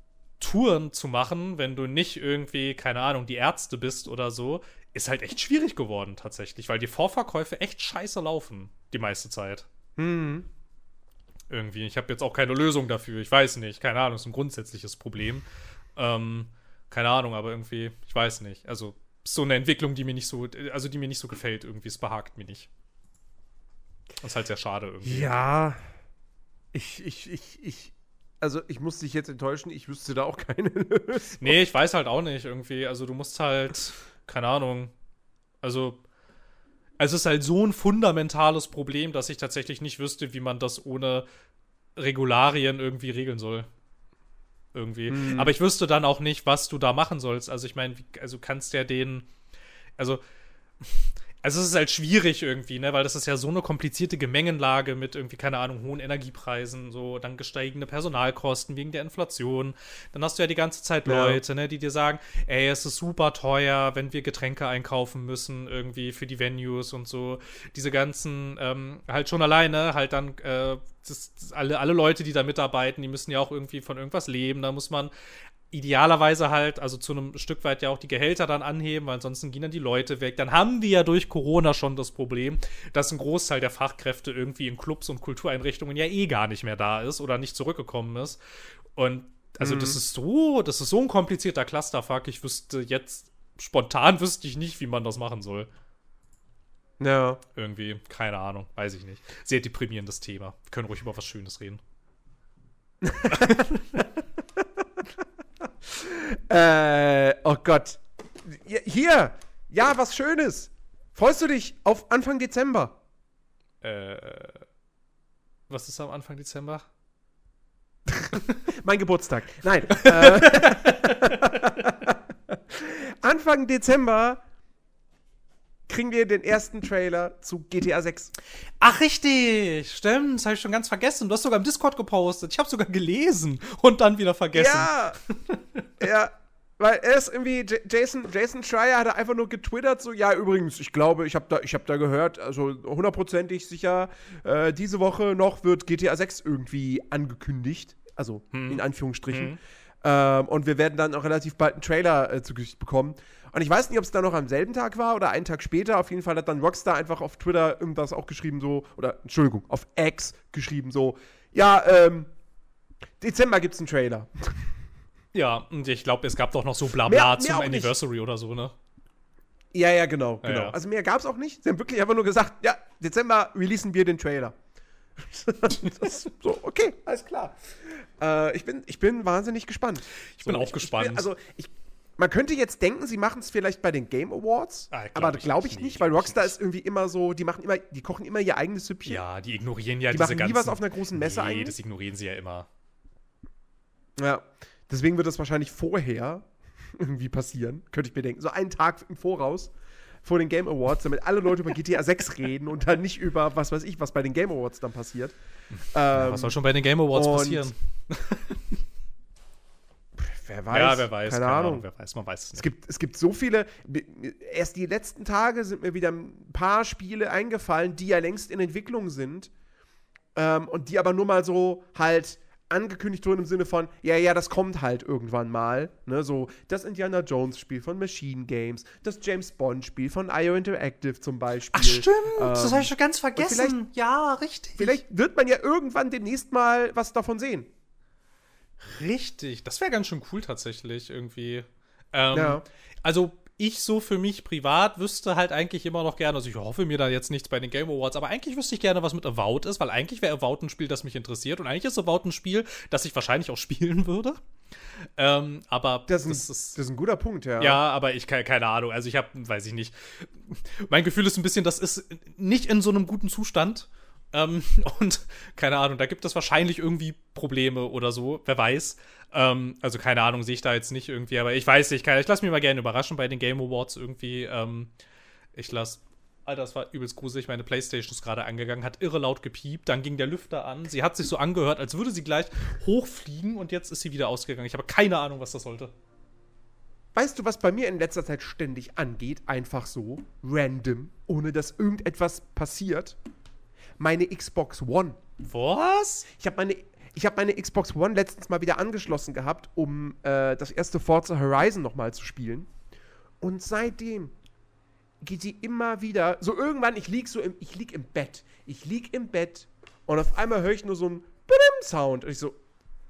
B: Touren zu machen, wenn du nicht irgendwie, keine Ahnung, die Ärzte bist oder so, ist halt echt schwierig geworden tatsächlich, weil die Vorverkäufe echt scheiße laufen, die meiste Zeit. Mhm. Irgendwie. Ich habe jetzt auch keine Lösung dafür. Ich weiß nicht. Keine Ahnung, ist ein grundsätzliches Problem. Ähm, keine Ahnung, aber irgendwie, ich weiß nicht. Also so eine Entwicklung, die mir nicht so, also die mir nicht so gefällt irgendwie, es behagt mir nicht. Das ist halt sehr schade irgendwie.
A: Ja, ich, ich, ich, ich, also ich muss dich jetzt enttäuschen, ich wüsste da auch keine Lösung.
B: Nee, ich weiß halt auch nicht irgendwie, also du musst halt, keine Ahnung, also es ist halt so ein fundamentales Problem, dass ich tatsächlich nicht wüsste, wie man das ohne Regularien irgendwie regeln soll. Irgendwie. Mhm. Aber ich wüsste dann auch nicht, was du da machen sollst. Also ich meine, also kannst ja den, also Also es ist halt schwierig irgendwie, ne, weil das ist ja so eine komplizierte Gemengenlage mit irgendwie, keine Ahnung, hohen Energiepreisen, so, dann gesteigende Personalkosten wegen der Inflation. Dann hast du ja die ganze Zeit Leute, ja. ne, die dir sagen, ey, es ist super teuer, wenn wir Getränke einkaufen müssen, irgendwie für die Venues und so. Diese ganzen, ähm, halt schon alleine, halt dann, äh, das, das alle, alle Leute, die da mitarbeiten, die müssen ja auch irgendwie von irgendwas leben. Da muss man idealerweise halt, also zu einem Stück weit ja auch die Gehälter dann anheben, weil ansonsten gehen dann die Leute weg. Dann haben wir ja durch Corona schon das Problem, dass ein Großteil der Fachkräfte irgendwie in Clubs und Kultureinrichtungen ja eh gar nicht mehr da ist oder nicht zurückgekommen ist. Und also mhm. das ist so, das ist so ein komplizierter Clusterfuck. Ich wüsste jetzt, spontan wüsste ich nicht, wie man das machen soll.
A: Ja.
B: Irgendwie, keine Ahnung, weiß ich nicht. Sehr deprimierendes Thema. Wir können ruhig über was Schönes reden.
A: äh, oh Gott. Hier, ja, was Schönes. Freust du dich auf Anfang Dezember?
B: Äh, was ist am Anfang Dezember?
A: Mein Geburtstag. Nein. äh, Anfang Dezember kriegen wir den ersten Trailer zu G T A sechs.
B: Ach, richtig. Stimmt, das habe ich schon ganz vergessen. Du hast sogar im Discord gepostet. Ich habe sogar gelesen und dann wieder vergessen.
A: Ja. Ja. Weil er ist irgendwie, J- Jason, Jason Schreier hat einfach nur getwittert, so, ja, übrigens, ich glaube, ich habe da, ich hab da gehört, also hundertprozentig sicher, äh, diese Woche noch wird G T A sechs irgendwie angekündigt. Also, hm. in Anführungsstrichen. Hm. Ähm, und wir werden dann auch relativ bald einen Trailer äh, zu Gesicht bekommen. Und ich weiß nicht, ob es dann noch am selben Tag war oder einen Tag später. Auf jeden Fall hat dann Rockstar einfach auf Twitter irgendwas auch geschrieben, so, oder, Entschuldigung, auf X geschrieben, so, ja, ähm, Dezember gibt's einen Trailer.
B: Ja, und ich glaube, es gab doch noch so Blabla
A: mehr,
B: zum
A: mehr
B: Anniversary oder so, ne?
A: Ja, ja, genau, genau.
B: Ja, ja.
A: Also mehr gab's auch nicht. Sie haben wirklich einfach nur gesagt, ja, Dezember releasen wir den Trailer. Das, so, okay, alles klar. Äh, ich, bin, ich bin wahnsinnig gespannt.
B: Ich bin
A: so,
B: auch
A: ich,
B: gespannt.
A: Ich bin, also, ich, man könnte jetzt denken, sie machen es vielleicht bei den Game Awards,
B: ah, glaub
A: aber
B: ich
A: glaube ich
B: nicht,
A: nicht,
B: nee,
A: weil Rockstar
B: nicht.
A: ist irgendwie immer so, die machen immer, die kochen immer ihr eigenes Süppchen.
B: Ja, die ignorieren ja
A: die
B: diese
A: machen
B: ganzen...
A: nie was auf einer großen Messe
B: nee,
A: eigentlich.
B: das ignorieren sie ja immer.
A: Ja, deswegen wird das wahrscheinlich vorher irgendwie passieren, könnte ich mir denken. So einen Tag im Voraus, vor den Game Awards, damit alle Leute über G T A sechs reden und dann nicht über, was weiß ich, was bei den Game Awards dann passiert.
B: Ja,
A: ähm,
B: was soll schon bei den Game Awards passieren?
A: Wer weiß.
B: Ja, wer weiß.
A: Keine,
B: keine
A: Ahnung.
B: Ahnung. Wer weiß, man weiß es nicht.
A: Es gibt, es gibt so viele. Erst die letzten Tage sind mir wieder ein paar Spiele eingefallen, die ja längst in Entwicklung sind. Ähm, und die aber nur mal so halt angekündigt wurden im Sinne von, ja, ja, das kommt halt irgendwann mal. Ne, so das Indiana Jones-Spiel von Machine Games, das James Bond-Spiel von I O Interactive zum Beispiel.
B: Ach, stimmt.
A: Ähm,
B: das habe ich schon ganz vergessen. Ja, richtig.
A: Vielleicht wird man ja irgendwann demnächst mal was davon sehen.
B: Richtig. Das wäre ganz schön cool tatsächlich irgendwie. Ähm,
A: Ja.
B: Also ich so für mich privat wüsste halt eigentlich immer noch gerne, also ich hoffe mir da jetzt nichts bei den Game Awards, aber eigentlich wüsste ich gerne, was mit Avowed ist, weil eigentlich wäre Avowed ein Spiel, das mich interessiert und eigentlich ist Avowed ein Spiel, das ich wahrscheinlich auch spielen würde. Ähm, aber
A: Das ist, ein,
B: das ist
A: das ist ein guter Punkt, ja.
B: Ja, aber ich keine, keine Ahnung. Also ich habe, weiß ich nicht. Mein Gefühl ist ein bisschen, das ist nicht in so einem guten Zustand. Ähm, und keine Ahnung, da gibt es wahrscheinlich irgendwie Probleme oder so, wer weiß. Ähm, also keine Ahnung, sehe ich da jetzt nicht irgendwie, aber ich weiß nicht, ich lasse mich mal gerne überraschen bei den Game Awards irgendwie. Ähm, ich lasse, Alter, das war übelst gruselig, meine Playstation ist gerade angegangen, hat irre laut gepiept, dann ging der Lüfter an, sie hat sich so angehört, als würde sie gleich hochfliegen und jetzt ist sie wieder ausgegangen. Ich habe keine Ahnung, was das sollte.
A: Weißt du, was bei mir in letzter Zeit ständig angeht? Einfach so, random, ohne dass irgendetwas passiert? Meine Xbox One.
B: Was?
A: Ich habe meine, ich hab meine Xbox One letztens mal wieder angeschlossen gehabt, um äh, das erste Forza Horizon nochmal zu spielen. Und seitdem geht die immer wieder, so irgendwann, ich lieg so im, ich lieg im Bett. Ich lieg im Bett und auf einmal höre ich nur so einen Sound. Und ich so,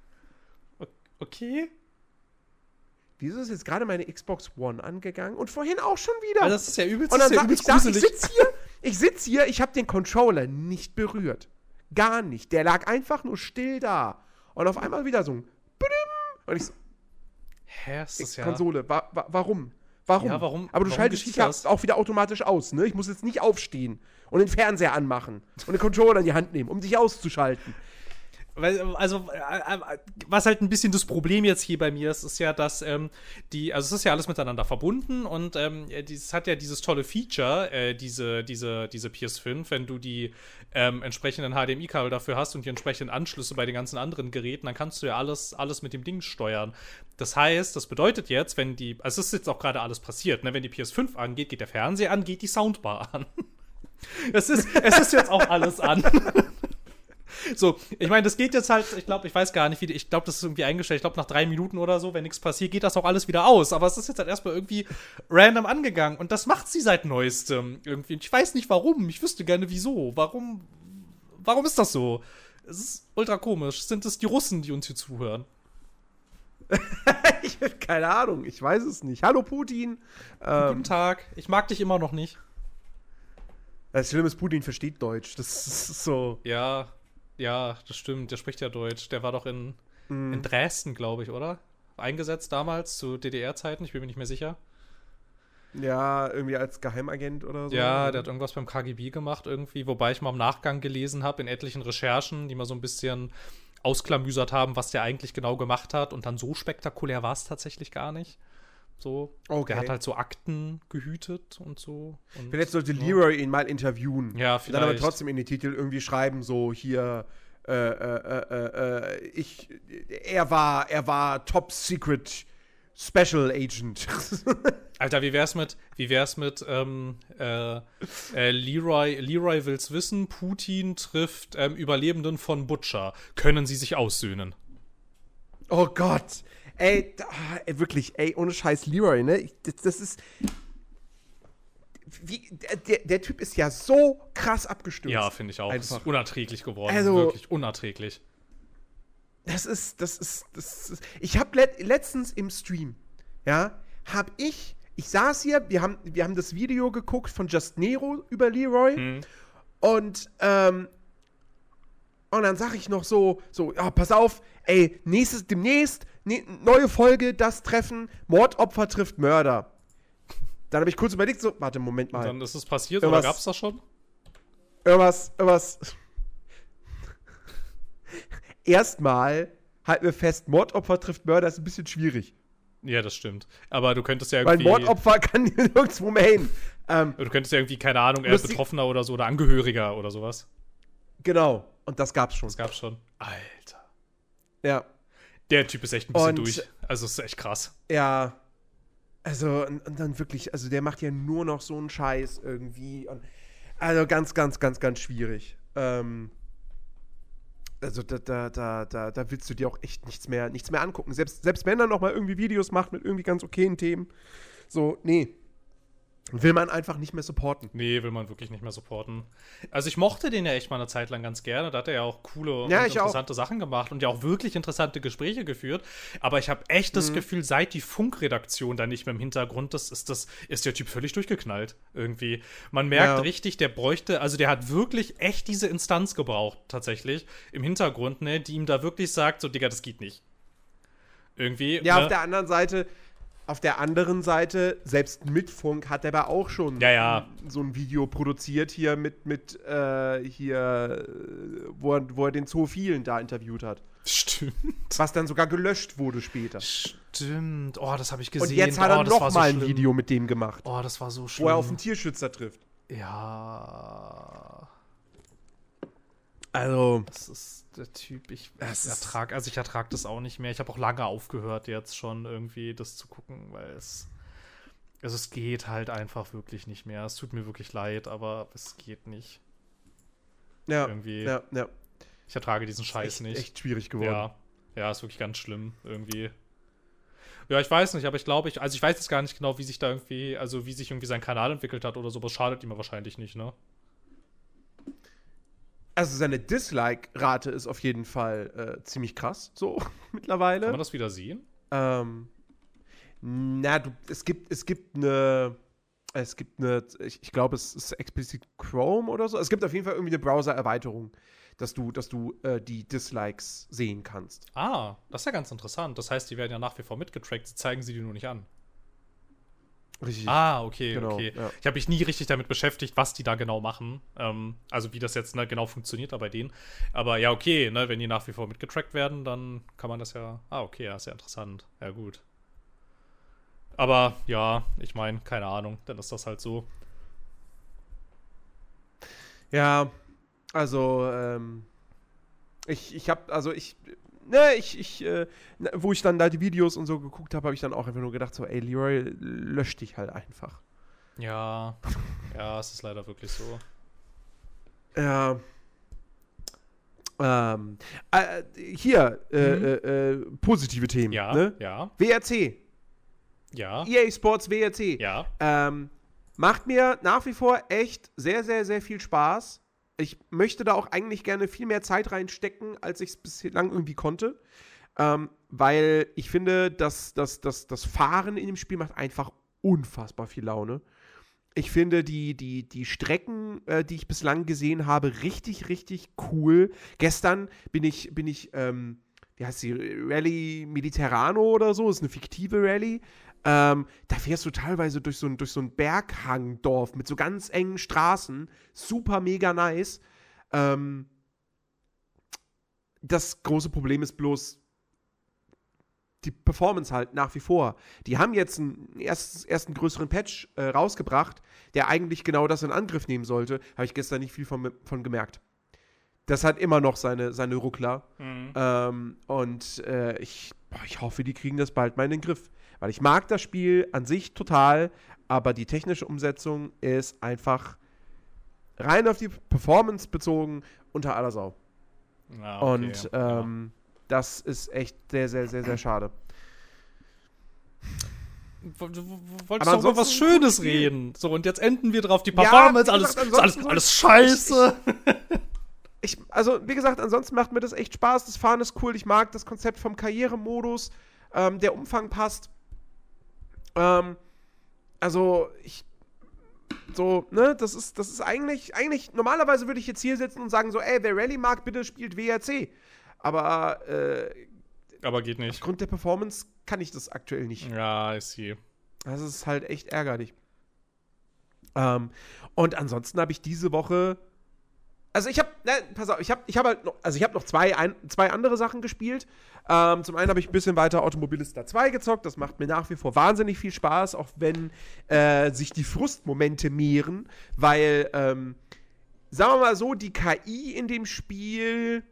B: okay.
A: wieso ist jetzt gerade meine Xbox One angegangen? Und vorhin auch schon wieder.
B: Also das ist ja übelst,
A: Und dann
B: das ist ja
A: sag ich,
B: übelst
A: sag, ich
B: gruselig.
A: sitz hier, ich sitz hier, ich habe den Controller nicht berührt. Gar nicht. Der lag einfach nur still da. Und auf einmal wieder so ein Bdim. Und ich so,
B: Hä, das ist ja...
A: Konsole, wa wa warum? Warum?
B: Ja, warum-
A: Aber du
B: warum
A: schaltest
B: geschieht
A: dich ja
B: das?
A: auch wieder automatisch aus, ne? Ich muss jetzt nicht aufstehen und den Fernseher anmachen und den Controller in die Hand nehmen, um dich auszuschalten.
B: Weil, also, äh, äh, was halt ein bisschen das Problem jetzt hier bei mir ist, ist ja, dass ähm, die, also es ist ja alles miteinander verbunden und ähm, es hat ja dieses tolle Feature, äh, diese, diese, diese P S fünf, wenn du die ähm, entsprechenden H D M I-Kabel dafür hast und die entsprechenden Anschlüsse bei den ganzen anderen Geräten, dann kannst du ja alles, alles mit dem Ding steuern. Das heißt, das bedeutet jetzt, wenn die, also es ist jetzt auch gerade alles passiert, ne? Wenn die P S fünf angeht, geht der Fernseher an, geht die Soundbar an. Es ist, es ist jetzt auch alles an. So, ich meine, das geht jetzt halt, ich glaube, ich weiß gar nicht, wie, die- ich glaube, das ist irgendwie eingestellt. Ich glaube, nach drei Minuten oder so, wenn nichts passiert, geht das auch alles wieder aus. Aber es ist jetzt halt erstmal irgendwie random angegangen. Und das macht sie seit neuestem irgendwie. Und ich weiß nicht warum. Ich wüsste gerne, wieso. Warum, warum ist das so? Es ist ultra komisch. Sind es die Russen, die uns hier zuhören?
A: Ich habe keine Ahnung, ich weiß es nicht. Hallo Putin.
B: Guten
A: Ähm,
B: Tag. Ich mag dich immer noch nicht.
A: das Schlimme ist, Putin versteht Deutsch. Das ist so.
B: Ja, ja, das stimmt. Der spricht ja Deutsch. Der war doch in, in Dresden, glaube ich, oder? Eingesetzt damals zu D D R-Zeiten. Ich bin mir nicht mehr sicher.
A: Ja, irgendwie als Geheimagent oder so.
B: Ja, der hat irgendwas beim K G B gemacht irgendwie, wobei ich mal im Nachgang gelesen habe in etlichen Recherchen, die mal so ein bisschen ausklamüsert haben, was der eigentlich genau gemacht hat. Und dann so spektakulär war es tatsächlich gar nicht. So,
A: Okay.
B: der hat halt so Akten gehütet und so. Und,
A: Vielleicht sollte
B: ja.
A: Leroy ihn mal interviewen.
B: Ja,
A: Und dann aber
B: vielleicht.
A: trotzdem in die Titel irgendwie schreiben, so hier, äh, äh, äh, äh, ich, er war, er war Top Secret Special Agent.
B: Alter, wie wär's mit, wie wär's mit, ähm, äh, äh, Leroy, Leroy will's wissen, Putin trifft ähm, Überlebenden von Butcher. Können sie sich aussöhnen?
A: Oh Gott. Ey, da, ey, wirklich, ey, ohne Scheiß, Leroy, ne? Ich, das, das ist. Wie, der, der Typ ist ja so krass abgestürzt.
B: Ja, finde ich auch.
A: Einfach.
B: Ist unerträglich geworden.
A: Also-
B: Wirklich unerträglich.
A: Das ist, das ist, das ist. Ich habe let, letztens im Stream, ja, hab ich, ich saß hier, wir haben, wir haben das Video geguckt von Just Nero über Leroy
B: Hm.
A: und, ähm, und dann sag ich noch so, so, ja, pass auf, ey, nächstes, demnächst, ne, neue Folge, das Treffen, Mordopfer trifft Mörder. Dann habe ich kurz überlegt, so, warte, Moment mal.
B: Dann ist es passiert,
A: Irgendwas-
B: oder gab's das schon?
A: Irgendwas, irgendwas. Erstmal halten wir fest, Mordopfer trifft Mörder ist ein bisschen schwierig.
B: Ja, das stimmt. Aber du könntest ja
A: Weil
B: irgendwie.
A: Mordopfer kann nirgendwo mehr hin. Ähm,
B: Du könntest ja irgendwie, keine Ahnung, er
A: Lustig-
B: Betroffener oder so oder Angehöriger oder sowas.
A: genau. Und das gab's schon.
B: Das gab's schon. Alter.
A: Ja.
B: Der Typ ist echt ein bisschen
A: Und-
B: durch. Also, es ist echt krass.
A: Ja. Also, und, und dann wirklich, also der macht ja nur noch so einen Scheiß irgendwie. Und, also ganz, ganz, ganz, ganz schwierig. Ähm, also da, da, da, da, da willst du dir auch echt nichts mehr, nichts mehr angucken. Selbst, selbst wenn er noch mal irgendwie Videos macht mit irgendwie ganz okayen Themen. So, nee. Will man einfach nicht mehr supporten.
B: Nee, will man wirklich nicht mehr supporten. Also ich mochte den ja echt mal eine Zeit lang ganz gerne. Da hat er ja auch coole und
A: Ja, ich
B: interessante Sachen gemacht und ja auch wirklich interessante Gespräche geführt. Aber ich habe echt das Gefühl, seit die Funkredaktion da nicht mehr im Hintergrund ist, ist, das, ist der Typ völlig durchgeknallt irgendwie. Man merkt
A: Ja.
B: richtig, der bräuchte, also der hat wirklich echt diese Instanz gebraucht, tatsächlich, im Hintergrund, ne, die ihm da wirklich sagt, so, Digga, das geht nicht. Irgendwie.
A: Ja,
B: ne?
A: auf der anderen Seite, auf der anderen Seite, selbst mit Funk hat er aber auch schon
B: Ja, ja.
A: so ein Video produziert hier mit, mit äh, hier, äh, wo er, wo er den Zoophilen da interviewt hat.
B: Stimmt.
A: Was dann sogar gelöscht wurde später.
B: Stimmt. Oh, das habe ich gesehen.
A: Und jetzt hat
B: oh,
A: er
B: das
A: noch
B: war so
A: mal ein
B: schlimm.
A: Video mit dem gemacht,
B: Oh, das war so schlimm.
A: wo er auf einen Tierschützer trifft.
B: Ja.
A: Also,
B: Das ist der Typ, ich,
A: Das
B: ich
A: ist-
B: ertrag, also ich ertrag das auch nicht mehr. Ich habe auch lange aufgehört jetzt schon irgendwie das zu gucken, weil es also es geht halt einfach wirklich nicht mehr. Es tut mir wirklich leid, aber es geht nicht.
A: ja,
B: Irgendwie.
A: ja, ja.
B: Ich ertrage diesen Scheiß
A: Echt,
B: nicht.
A: echt schwierig geworden.
B: Ja. Ja, ist wirklich ganz schlimm irgendwie. Ja, ich weiß nicht, aber ich glaube, ich also ich weiß jetzt gar nicht genau, wie sich da irgendwie, also wie sich irgendwie sein Kanal entwickelt hat oder so, aber es schadet ihm ja wahrscheinlich nicht, ne?
A: Also seine Dislike-Rate ist auf jeden Fall äh, ziemlich krass, so mittlerweile.
B: Kann man das wieder sehen?
A: Ähm, na, du, es gibt, es gibt eine, es gibt eine, ich, ich glaube, es ist explizit Chrome oder so. Es gibt auf jeden Fall irgendwie eine Browser-Erweiterung, dass du, dass du äh, die Dislikes sehen kannst.
B: Ah, das ist ja ganz interessant. Das heißt, die werden ja nach wie vor mitgetrackt, sie zeigen sie dir nur nicht an.
A: Richtig.
B: Ah, okay,
A: Genau,
B: okay.
A: ja.
B: Ich habe mich nie richtig damit beschäftigt, was die da genau machen. Ähm, also wie das jetzt ne, genau funktioniert da bei denen. Aber ja, okay, ne, wenn die nach wie vor mitgetrackt werden, dann kann man das ja. Ah, okay, ja, ist ja interessant. Ja, gut. Aber ja, ich meine, keine Ahnung, dann ist das halt so.
A: Ja, also, ähm, ich, ich hab, also ich, ne, ich, ich, äh, ne, wo ich dann da die Videos und so geguckt habe, habe ich dann auch einfach nur gedacht, so, ey, Leroy, lösch dich halt einfach.
B: Ja, ja, es ist leider wirklich so.
A: Ja. Ähm, äh, hier, äh,
B: Mhm.
A: äh, äh, positive Themen.
B: Ja,
A: Ne?
B: ja,
A: W R C.
B: ja,
A: E A Sports W R C.
B: ja.
A: Ähm, macht mir nach wie vor echt sehr, sehr, sehr viel Spaß. Ich möchte da auch eigentlich gerne viel mehr Zeit reinstecken, als ich es bislang irgendwie konnte. Ähm, weil ich finde, dass, dass, dass das Fahren in dem Spiel macht einfach unfassbar viel Laune. Ich finde die, die, die Strecken, äh, die ich bislang gesehen habe, richtig, richtig cool. Gestern bin ich, bin ich, ähm, wie heißt die, Rallye Mediterrano oder so, ist eine fiktive Rallye. Ähm, da fährst du teilweise durch so ein, durch so ein Berghangdorf mit so ganz engen Straßen. Super mega nice. Ähm, das große Problem ist bloß die Performance halt nach wie vor. Die haben jetzt einen ersten, ersten größeren Patch äh, rausgebracht, der eigentlich genau das in Angriff nehmen sollte. Habe ich gestern nicht viel von, von gemerkt. Das hat immer noch seine, seine Ruckler.
B: Mhm.
A: Ähm, und äh, ich, boah, ich hoffe, die kriegen das bald mal in den Griff. Weil ich mag das Spiel an sich total, aber die technische Umsetzung ist einfach rein auf die Performance bezogen unter aller Sau.
B: Ah, okay,
A: Und
B: ja.
A: ähm, das ist echt sehr, sehr, sehr, sehr schade.
B: Du du- du wolltest
A: Aber
B: doch über
A: ansonsten
B: was
A: ein
B: Schönes
A: cooles Spiel.
B: reden. So, und jetzt enden wir drauf. Die
A: Ja,
B: Performance,
A: wie
B: alles,
A: gesagt,
B: ist alles,
A: ansonsten
B: alles
A: so-
B: scheiße.
A: Ich, also, wie gesagt, ansonsten macht mir das echt Spaß. Das Fahren ist cool. Ich mag das Konzept vom Karrieremodus. Ähm, der Umfang passt. Ähm, also, ich. So, ne, das ist, das ist eigentlich, eigentlich, normalerweise würde ich jetzt hier sitzen und sagen so, ey, wer Rallye mag, bitte spielt W R C. Aber, äh,
B: Aber geht nicht.
A: aufgrund der Performance kann ich das aktuell nicht.
B: Ja, I see.
A: Das ist halt echt ärgerlich. Ähm, und ansonsten habe ich diese Woche. Also ich habe, ne, pass auf, ich habe ich hab halt noch, also ich habe noch zwei, ein, zwei andere Sachen gespielt. Ähm, zum einen habe ich ein bisschen weiter Automobilista zwei gezockt. Das macht mir nach wie vor wahnsinnig viel Spaß, auch wenn äh, sich die Frustmomente mehren, weil, ähm, sagen wir mal so, die K I in dem Spiel.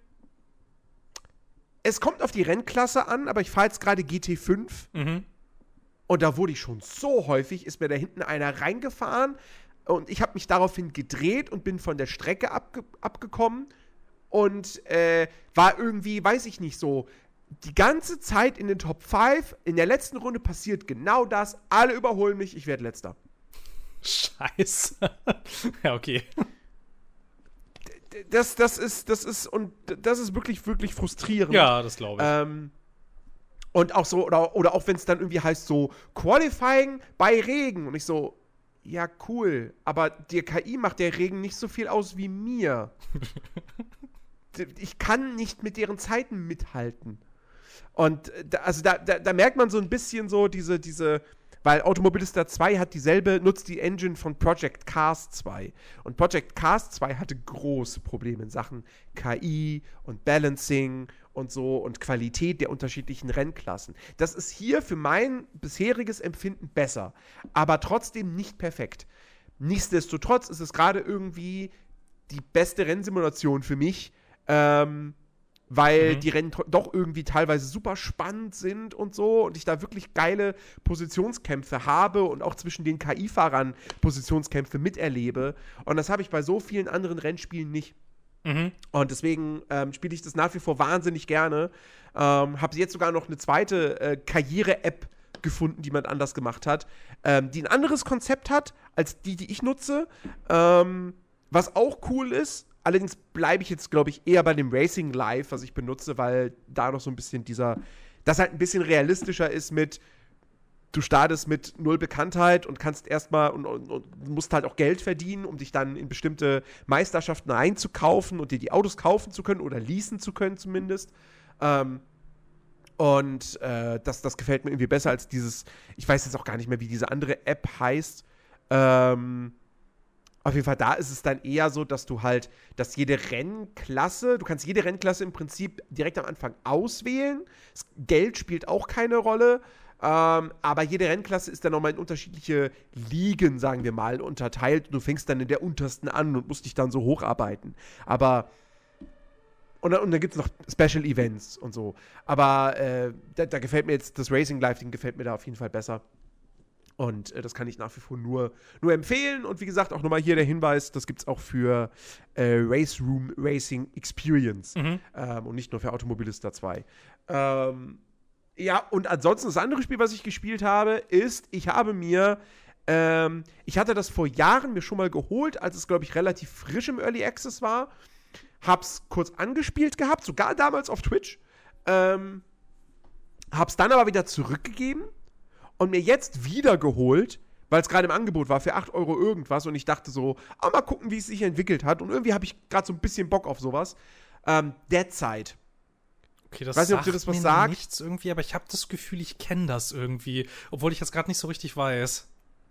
A: Es kommt auf die Rennklasse an, aber ich fahre jetzt gerade G T fünf.
B: Mhm.
A: Und da wurde ich schon so häufig, ist mir da hinten einer reingefahren und ich habe mich daraufhin gedreht und bin von der Strecke abge abgekommen und äh, war irgendwie, weiß ich nicht, so die ganze Zeit in den Top fünf. In der letzten Runde passiert genau das. Alle überholen mich, ich werde Letzter.
B: Scheiße. Ja, okay.
A: Das, das ist, das ist, und das ist wirklich, wirklich frustrierend.
B: Ja, das glaube ich.
A: Ähm, und auch so, oder, oder auch wenn es dann irgendwie heißt, so, Qualifying bei Regen. Und ich so, ja, cool, aber der K I macht der Regen nicht so viel aus wie mir. D- ich kann nicht mit deren Zeiten mithalten. Und äh, da, also da, da, da merkt man so ein bisschen so diese, diese, weil Automobilista zwei hat dieselbe, nutzt die Engine von Project Cars zwei. Und Project Cars zwei hatte große Probleme in Sachen K I und Balancing und so und Qualität der unterschiedlichen Rennklassen. Das ist hier für mein bisheriges Empfinden besser, aber trotzdem nicht perfekt. Nichtsdestotrotz ist es gerade irgendwie die beste Rennsimulation für mich, ähm, weil
B: Mhm.
A: die Rennen tro- doch irgendwie teilweise super spannend sind und so und ich da wirklich geile Positionskämpfe habe und auch zwischen den K I-Fahrern Positionskämpfe miterlebe. Und das habe ich bei so vielen anderen Rennspielen nicht.
B: Mhm.
A: Und deswegen ähm, spiele ich das nach wie vor wahnsinnig gerne. Ähm, habe jetzt sogar noch eine zweite äh, Karriere-App gefunden, die man anders gemacht hat, ähm, die ein anderes Konzept hat als die, die ich nutze. Ähm, was auch cool ist. Allerdings bleibe ich jetzt, glaube ich, eher bei dem Racing Live, was ich benutze, weil da noch so ein bisschen dieser, das halt ein bisschen realistischer ist mit, du startest mit null Bekanntheit und kannst erstmal und, und, und musst halt auch Geld verdienen, um dich dann in bestimmte Meisterschaften einzukaufen und dir die Autos kaufen zu können oder leasen zu können zumindest. Ähm, und äh, das, das gefällt mir irgendwie besser als dieses, ich weiß jetzt auch gar nicht mehr, wie diese andere App heißt. Ähm, auf jeden Fall, da ist es dann eher so, dass du halt, dass jede Rennklasse, du kannst jede Rennklasse im Prinzip direkt am Anfang auswählen. Das Geld spielt auch keine Rolle. Ähm, aber jede Rennklasse ist dann nochmal in unterschiedliche Ligen, sagen wir mal, unterteilt. Du fängst dann in der untersten an und musst dich dann so hocharbeiten. Aber und dann, und dann gibt es noch Special Events und so. Aber äh, da, da gefällt mir jetzt das Racing Live, Ding gefällt mir da auf jeden Fall besser. Und äh, das kann ich nach wie vor nur, nur empfehlen. Und wie gesagt, auch nochmal hier der Hinweis, das gibt es auch für äh, Race Room Racing Experience.
B: Mhm.
A: Ähm, und nicht nur für Automobilista zwei. Ähm, ja, und ansonsten das andere Spiel, was ich gespielt habe, ist, ich habe mir, ähm, ich hatte das vor Jahren mir schon mal geholt, als es, glaube ich, relativ frisch im Early Access war. Hab's kurz angespielt gehabt, sogar damals auf Twitch. Ähm, hab's dann aber wieder zurückgegeben. Und mir jetzt wieder geholt, weil es gerade im Angebot war, für acht Euro irgendwas. Und ich dachte so, ah, mal gucken, wie es sich entwickelt hat. Und irgendwie habe ich gerade so ein bisschen Bock auf sowas. Ähm, Deadside.
B: Okay, das
A: weiß nicht, ob dir
B: sagt
A: das was
B: mir
A: sagt.
B: nichts irgendwie, aber ich habe das Gefühl, ich kenne das irgendwie. Obwohl ich jetzt gerade nicht so richtig weiß.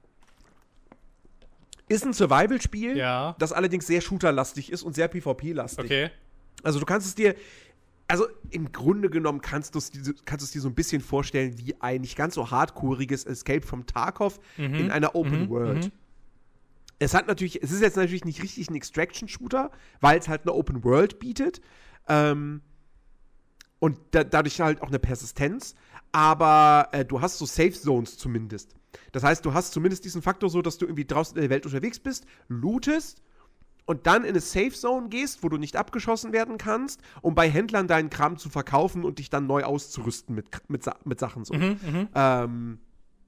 A: Ist ein Survival-Spiel,
B: Ja.
A: das allerdings sehr shooterlastig ist und sehr PvP-lastig.
B: Okay.
A: Also du kannst es dir, also im Grunde genommen kannst du es dir, kannst du es dir so ein bisschen vorstellen wie ein nicht ganz so hardcoreiges Escape from Tarkov
B: Mhm.
A: in einer Open
B: Mhm.
A: World.
B: Mhm.
A: Es hat natürlich, es ist jetzt natürlich nicht richtig ein Extraction-Shooter, weil es halt eine Open World bietet. Ähm, und da, dadurch halt auch eine Persistenz. Aber äh, du hast so Safe Zones zumindest. Das heißt, du hast zumindest diesen Faktor so, dass du irgendwie draußen in der Welt unterwegs bist, lootest und dann in eine Safe Zone gehst, wo du nicht abgeschossen werden kannst, um bei Händlern deinen Kram zu verkaufen und dich dann neu auszurüsten mit, mit, mit Sachen so.
B: Mhm. Mhm.
A: Ähm,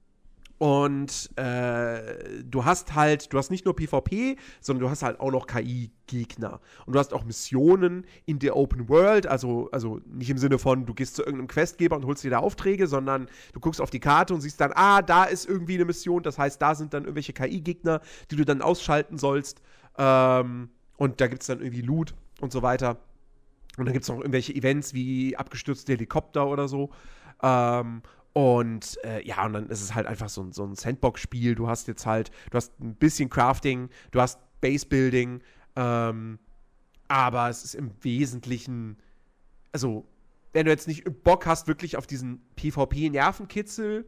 A: und äh, du hast halt, du hast nicht nur PvP, sondern du hast halt auch noch K I-Gegner. Und du hast auch Missionen in der Open World, also, also nicht im Sinne von, du gehst zu irgendeinem Questgeber und holst dir da Aufträge, sondern du guckst auf die Karte und siehst dann, ah, da ist irgendwie eine Mission, das heißt, da sind dann irgendwelche K I-Gegner, die du dann ausschalten sollst. Ähm, und da gibt es dann irgendwie Loot und so weiter. Und dann gibt es noch irgendwelche Events wie abgestürzte Helikopter oder so. Ähm, und äh, ja, und dann ist es halt einfach so, ein- so ein Sandbox-Spiel. Du hast jetzt halt, du hast ein bisschen Crafting, du hast Base-Building, ähm, aber es ist im Wesentlichen, also, wenn du jetzt nicht Bock hast, wirklich auf diesen PvP-Nervenkitzel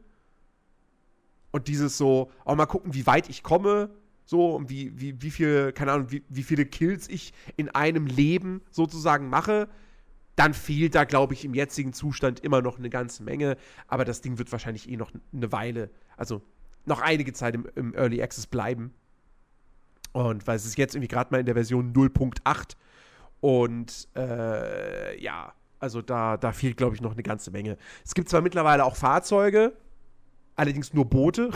A: und dieses so, auch mal gucken, wie weit ich komme, so, und wie, wie, wie viel, keine Ahnung, wie, wie viele Kills ich in einem Leben sozusagen mache, dann fehlt da, glaube ich, im jetzigen Zustand immer noch eine ganze Menge. Aber das Ding wird wahrscheinlich eh noch eine Weile, also noch einige Zeit im, im Early Access bleiben. Und weil es ist jetzt irgendwie gerade mal in der Version null Punkt acht. Und äh, ja, also da, da fehlt, glaube ich, noch eine ganze Menge. Es gibt zwar mittlerweile auch Fahrzeuge, allerdings nur Boote,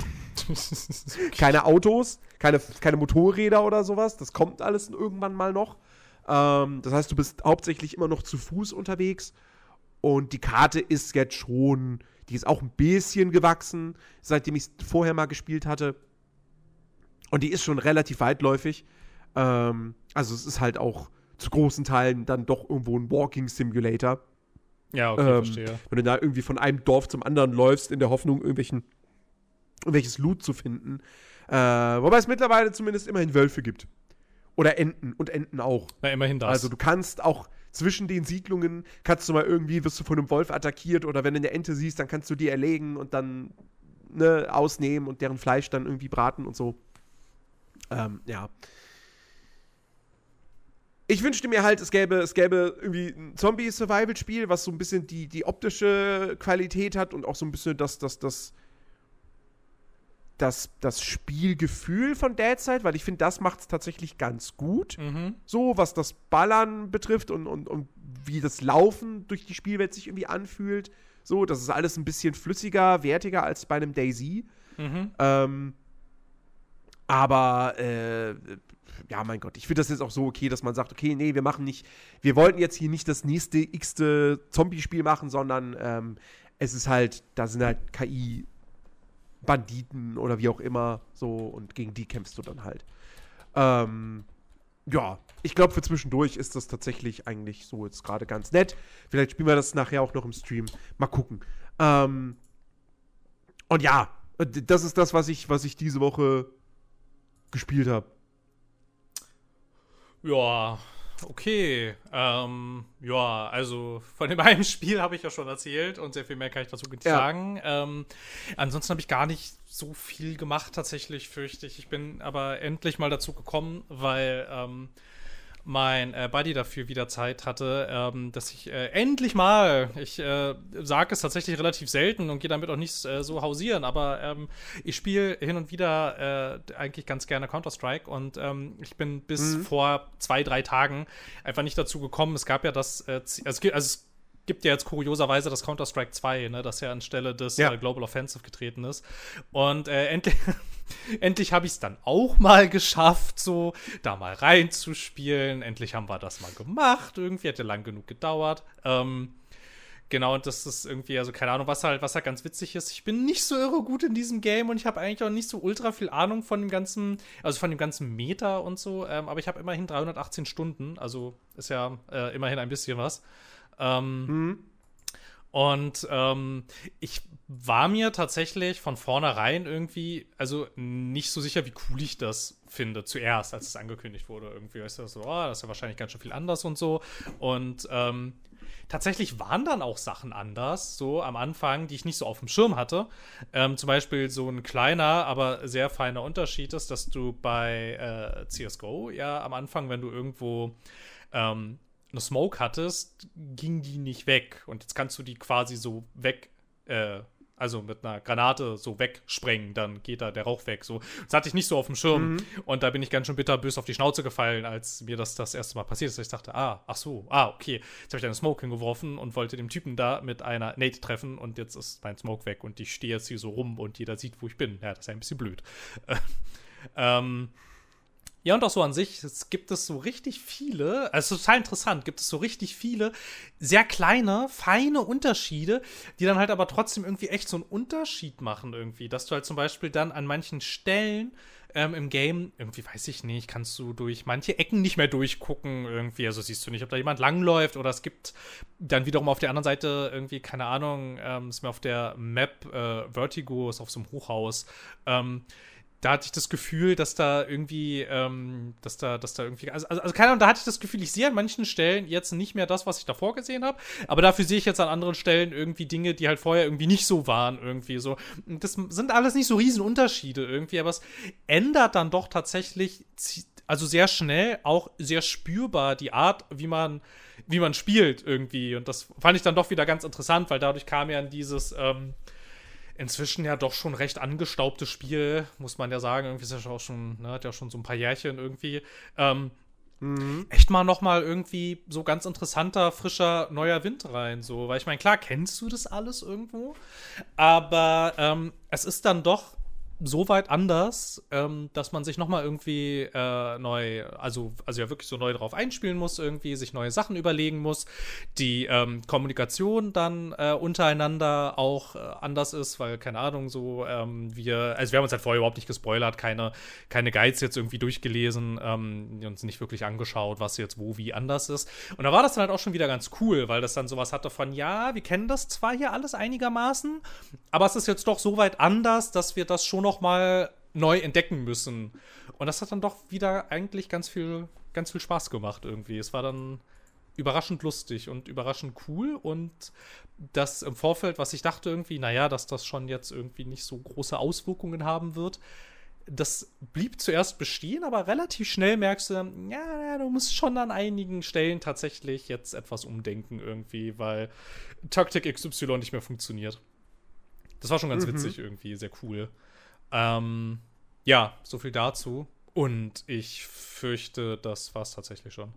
A: keine Autos, keine, keine Motorräder oder sowas. Das kommt alles irgendwann mal noch. Ähm, das heißt, du bist hauptsächlich immer noch zu Fuß unterwegs. Und die Karte ist jetzt schon, die ist auch ein bisschen gewachsen, seitdem ich es vorher mal gespielt hatte. Und die ist schon relativ weitläufig. Ähm, also es ist halt auch zu großen Teilen dann doch irgendwo ein Walking Simulator.
B: Ja, okay,
A: Ähm,
B: verstehe.
A: Wenn du da irgendwie von einem Dorf zum anderen läufst, in der Hoffnung, irgendwelchen, irgendwelches Loot zu finden. Äh, wobei es mittlerweile zumindest immerhin Wölfe gibt. Oder Enten und Enten auch.
B: Na, immerhin das.
A: Also du kannst auch zwischen den Siedlungen, kannst du mal irgendwie, wirst du von einem Wolf attackiert oder wenn du eine Ente siehst, dann kannst du die erlegen und dann ne, ausnehmen und deren Fleisch dann irgendwie braten und so. Ähm, ja. Ich wünschte mir halt, es gäbe, es gäbe irgendwie ein Zombie-Survival-Spiel, was so ein bisschen die, die optische Qualität hat und auch so ein bisschen das, das, das, das, das Spielgefühl von Deadside, weil ich finde, das macht es tatsächlich ganz gut.
B: Mhm.
A: So, was das Ballern betrifft und, und, und wie das Laufen durch die Spielwelt sich irgendwie anfühlt. So, das ist alles ein bisschen flüssiger, wertiger als bei einem DayZ.
B: Mhm.
A: Ähm, aber, äh, ja, mein Gott, ich finde das jetzt auch so okay, dass man sagt, okay, nee, wir machen nicht, wir wollten jetzt hier nicht das nächste x-te Zombie-Spiel machen, sondern ähm, es ist halt, da sind halt K I-Banditen oder wie auch immer so und gegen die kämpfst du dann halt. Ähm, ja, ich glaube, für zwischendurch ist das tatsächlich eigentlich so jetzt gerade ganz nett. Vielleicht spielen wir das nachher auch noch im Stream. Mal gucken. Ähm, und ja, das ist das, was ich, was ich diese Woche gespielt habe.
B: Ja, okay. Ähm, ja, also von dem einen Spiel habe ich ja schon erzählt und sehr viel mehr kann ich dazu nicht
A: Ja.
B: sagen. Ähm, ansonsten habe ich gar nicht so viel gemacht, tatsächlich, fürchte ich. Ich bin aber endlich mal dazu gekommen, weil ähm, mein äh, Buddy dafür wieder Zeit hatte, ähm, dass ich äh, endlich mal, ich äh, sage es tatsächlich relativ selten und gehe damit auch nicht äh, so hausieren, aber ähm, ich spiele hin und wieder äh, eigentlich ganz gerne Counter-Strike und ähm, ich bin bis mhm. vor zwei, drei Tagen einfach nicht dazu gekommen. Es gab ja das, äh, also, es gibt, also es gibt ja jetzt kurioserweise das Counter-Strike zwei, ne, das ja anstelle des ja. äh, Global Offensive getreten ist. Und äh, endlich, endlich habe ich es dann auch mal geschafft, so da mal reinzuspielen. Endlich haben wir das mal gemacht. Irgendwie hat ja lang genug gedauert. Ähm, genau, und das ist irgendwie, also keine Ahnung, was halt, was halt ganz witzig ist. Ich bin nicht so irre gut in diesem Game und ich habe eigentlich auch nicht so ultra viel Ahnung von dem ganzen, also von dem ganzen Meta und so. Ähm, aber ich habe immerhin dreihundertachtzehn Stunden, also ist ja äh, immerhin ein bisschen was. Ähm, mhm. Und ähm, ich war mir tatsächlich von vornherein irgendwie, also nicht so sicher, wie cool ich das finde, zuerst, als es angekündigt wurde. Irgendwie, weißt du, so, oh, das ist ja wahrscheinlich ganz schön viel anders und so. Und ähm, tatsächlich waren dann auch Sachen anders, so am Anfang, die ich nicht so auf dem Schirm hatte. Ähm, zum Beispiel so ein kleiner, aber sehr feiner Unterschied ist, dass du bei äh, C S G O ja am Anfang, wenn du irgendwo ähm, eine Smoke hattest, ging die nicht weg. Und jetzt kannst du die quasi so weg, äh, also mit einer Granate so wegsprengen, dann geht da der Rauch weg. So. Das hatte ich nicht so auf dem Schirm. Mhm. Und da bin ich ganz schön bitterbös auf die Schnauze gefallen, als mir das das erste Mal passiert ist. Ich dachte, ah, ach so, ah, okay. Jetzt habe ich eine Smoke hingeworfen und wollte dem Typen da mit einer Nate treffen und jetzt ist mein Smoke weg und ich stehe jetzt hier so rum und jeder sieht, wo ich bin. Ja, das ist ja ein bisschen blöd. ähm, Ja, und auch so an sich, es gibt es so richtig viele, also total interessant, gibt es so richtig viele sehr kleine, feine Unterschiede, die dann halt aber trotzdem irgendwie echt so einen Unterschied machen irgendwie, dass du halt zum Beispiel dann an manchen Stellen ähm, im Game, irgendwie weiß ich nicht, kannst du durch manche Ecken nicht mehr durchgucken irgendwie, also siehst du nicht, ob da jemand langläuft oder es gibt dann wiederum auf der anderen Seite irgendwie, keine Ahnung, ähm, ist mir auf der Map äh, Vertigo, ist auf so einem Hochhaus, ähm, da hatte ich das Gefühl, dass da irgendwie, ähm, dass da, dass da irgendwie, also, also, also keine Ahnung, da hatte ich das Gefühl, ich sehe an manchen Stellen jetzt nicht mehr das, was ich davor gesehen habe, aber dafür sehe ich jetzt an anderen Stellen irgendwie Dinge, die halt vorher irgendwie nicht so waren, irgendwie so. Und das sind alles nicht so Riesenunterschiede irgendwie, aber es ändert dann doch tatsächlich, also sehr schnell, auch sehr spürbar die Art, wie man, wie man spielt irgendwie. Und das fand ich dann doch wieder ganz interessant, weil dadurch kam ja in dieses, ähm, inzwischen ja doch schon recht angestaubtes Spiel, muss man ja sagen. Irgendwie ist ja auch schon, ne, hat ja schon so ein paar Jährchen irgendwie. Ähm, mhm. Echt mal noch mal irgendwie so ganz interessanter, frischer, neuer Wind rein. So. Weil ich meine, klar, kennst du das alles irgendwo? Aber ähm, es ist dann doch so weit anders, ähm, dass man sich noch mal irgendwie äh, neu, also, also ja wirklich so neu drauf einspielen muss, irgendwie sich neue Sachen überlegen muss, die ähm, Kommunikation dann äh, untereinander auch äh, anders ist, weil, keine Ahnung, so ähm, wir, also wir haben uns halt vorher überhaupt nicht gespoilert, keine, keine Guides jetzt irgendwie durchgelesen, ähm, uns nicht wirklich angeschaut, was jetzt wo wie anders ist. Und da war das dann halt auch schon wieder ganz cool, weil das dann sowas hatte von, ja, wir kennen das zwar hier alles einigermaßen, aber es ist jetzt doch so weit anders, dass wir das schon noch mal neu entdecken müssen. Und das hat dann doch wieder eigentlich ganz viel, ganz viel Spaß gemacht irgendwie. Es war dann überraschend lustig und überraschend cool und das im Vorfeld, was ich dachte irgendwie, naja, dass das schon jetzt irgendwie nicht so große Auswirkungen haben wird, das blieb zuerst bestehen, aber relativ schnell merkst du dann, ja, du musst schon an einigen Stellen tatsächlich jetzt etwas umdenken irgendwie, weil Taktik X Y nicht mehr funktioniert. Das war schon ganz mhm. witzig irgendwie, sehr cool. Ähm, ja, so viel dazu. Und ich fürchte, das war's tatsächlich schon.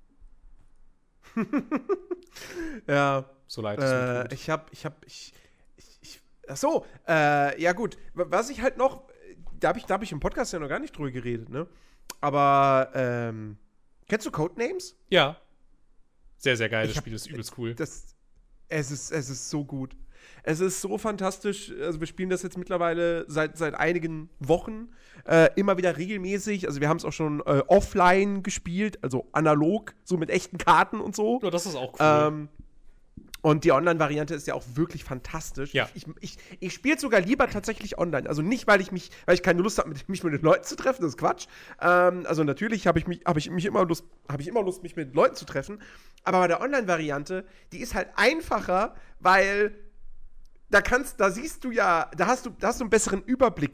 A: Ja.
B: So leid es mir
A: äh,
B: tut.
A: Ich hab, ich hab, ich, ich, ich ach so, äh, ja gut. Was ich halt noch, da hab ich, da hab ich im Podcast ja noch gar nicht drüber geredet, ne? Aber, ähm, kennst du Codenames?
B: Ja. Sehr, sehr geiles
A: hab,
B: Spiel, ist übelst cool.
A: Das, es ist, es ist so gut. Es ist so fantastisch. Also wir spielen das jetzt mittlerweile seit, seit einigen Wochen äh, immer wieder regelmäßig. Also wir haben es auch schon äh, offline gespielt, also analog, so mit echten Karten und so.
B: Ja, das ist auch cool.
A: Ähm, und die Online-Variante ist ja auch wirklich fantastisch.
B: Ja.
A: Ich, ich, ich spiele sogar lieber tatsächlich online. Also nicht, weil ich mich, weil ich keine Lust habe, mich mit den Leuten zu treffen, das ist Quatsch. Ähm, also natürlich habe ich mich, habe ich mich immer Lust, habe ich immer Lust, mich mit Leuten zu treffen. Aber bei der Online-Variante, die ist halt einfacher, weil da kannst, da siehst du ja, da hast du, da hast du einen besseren Überblick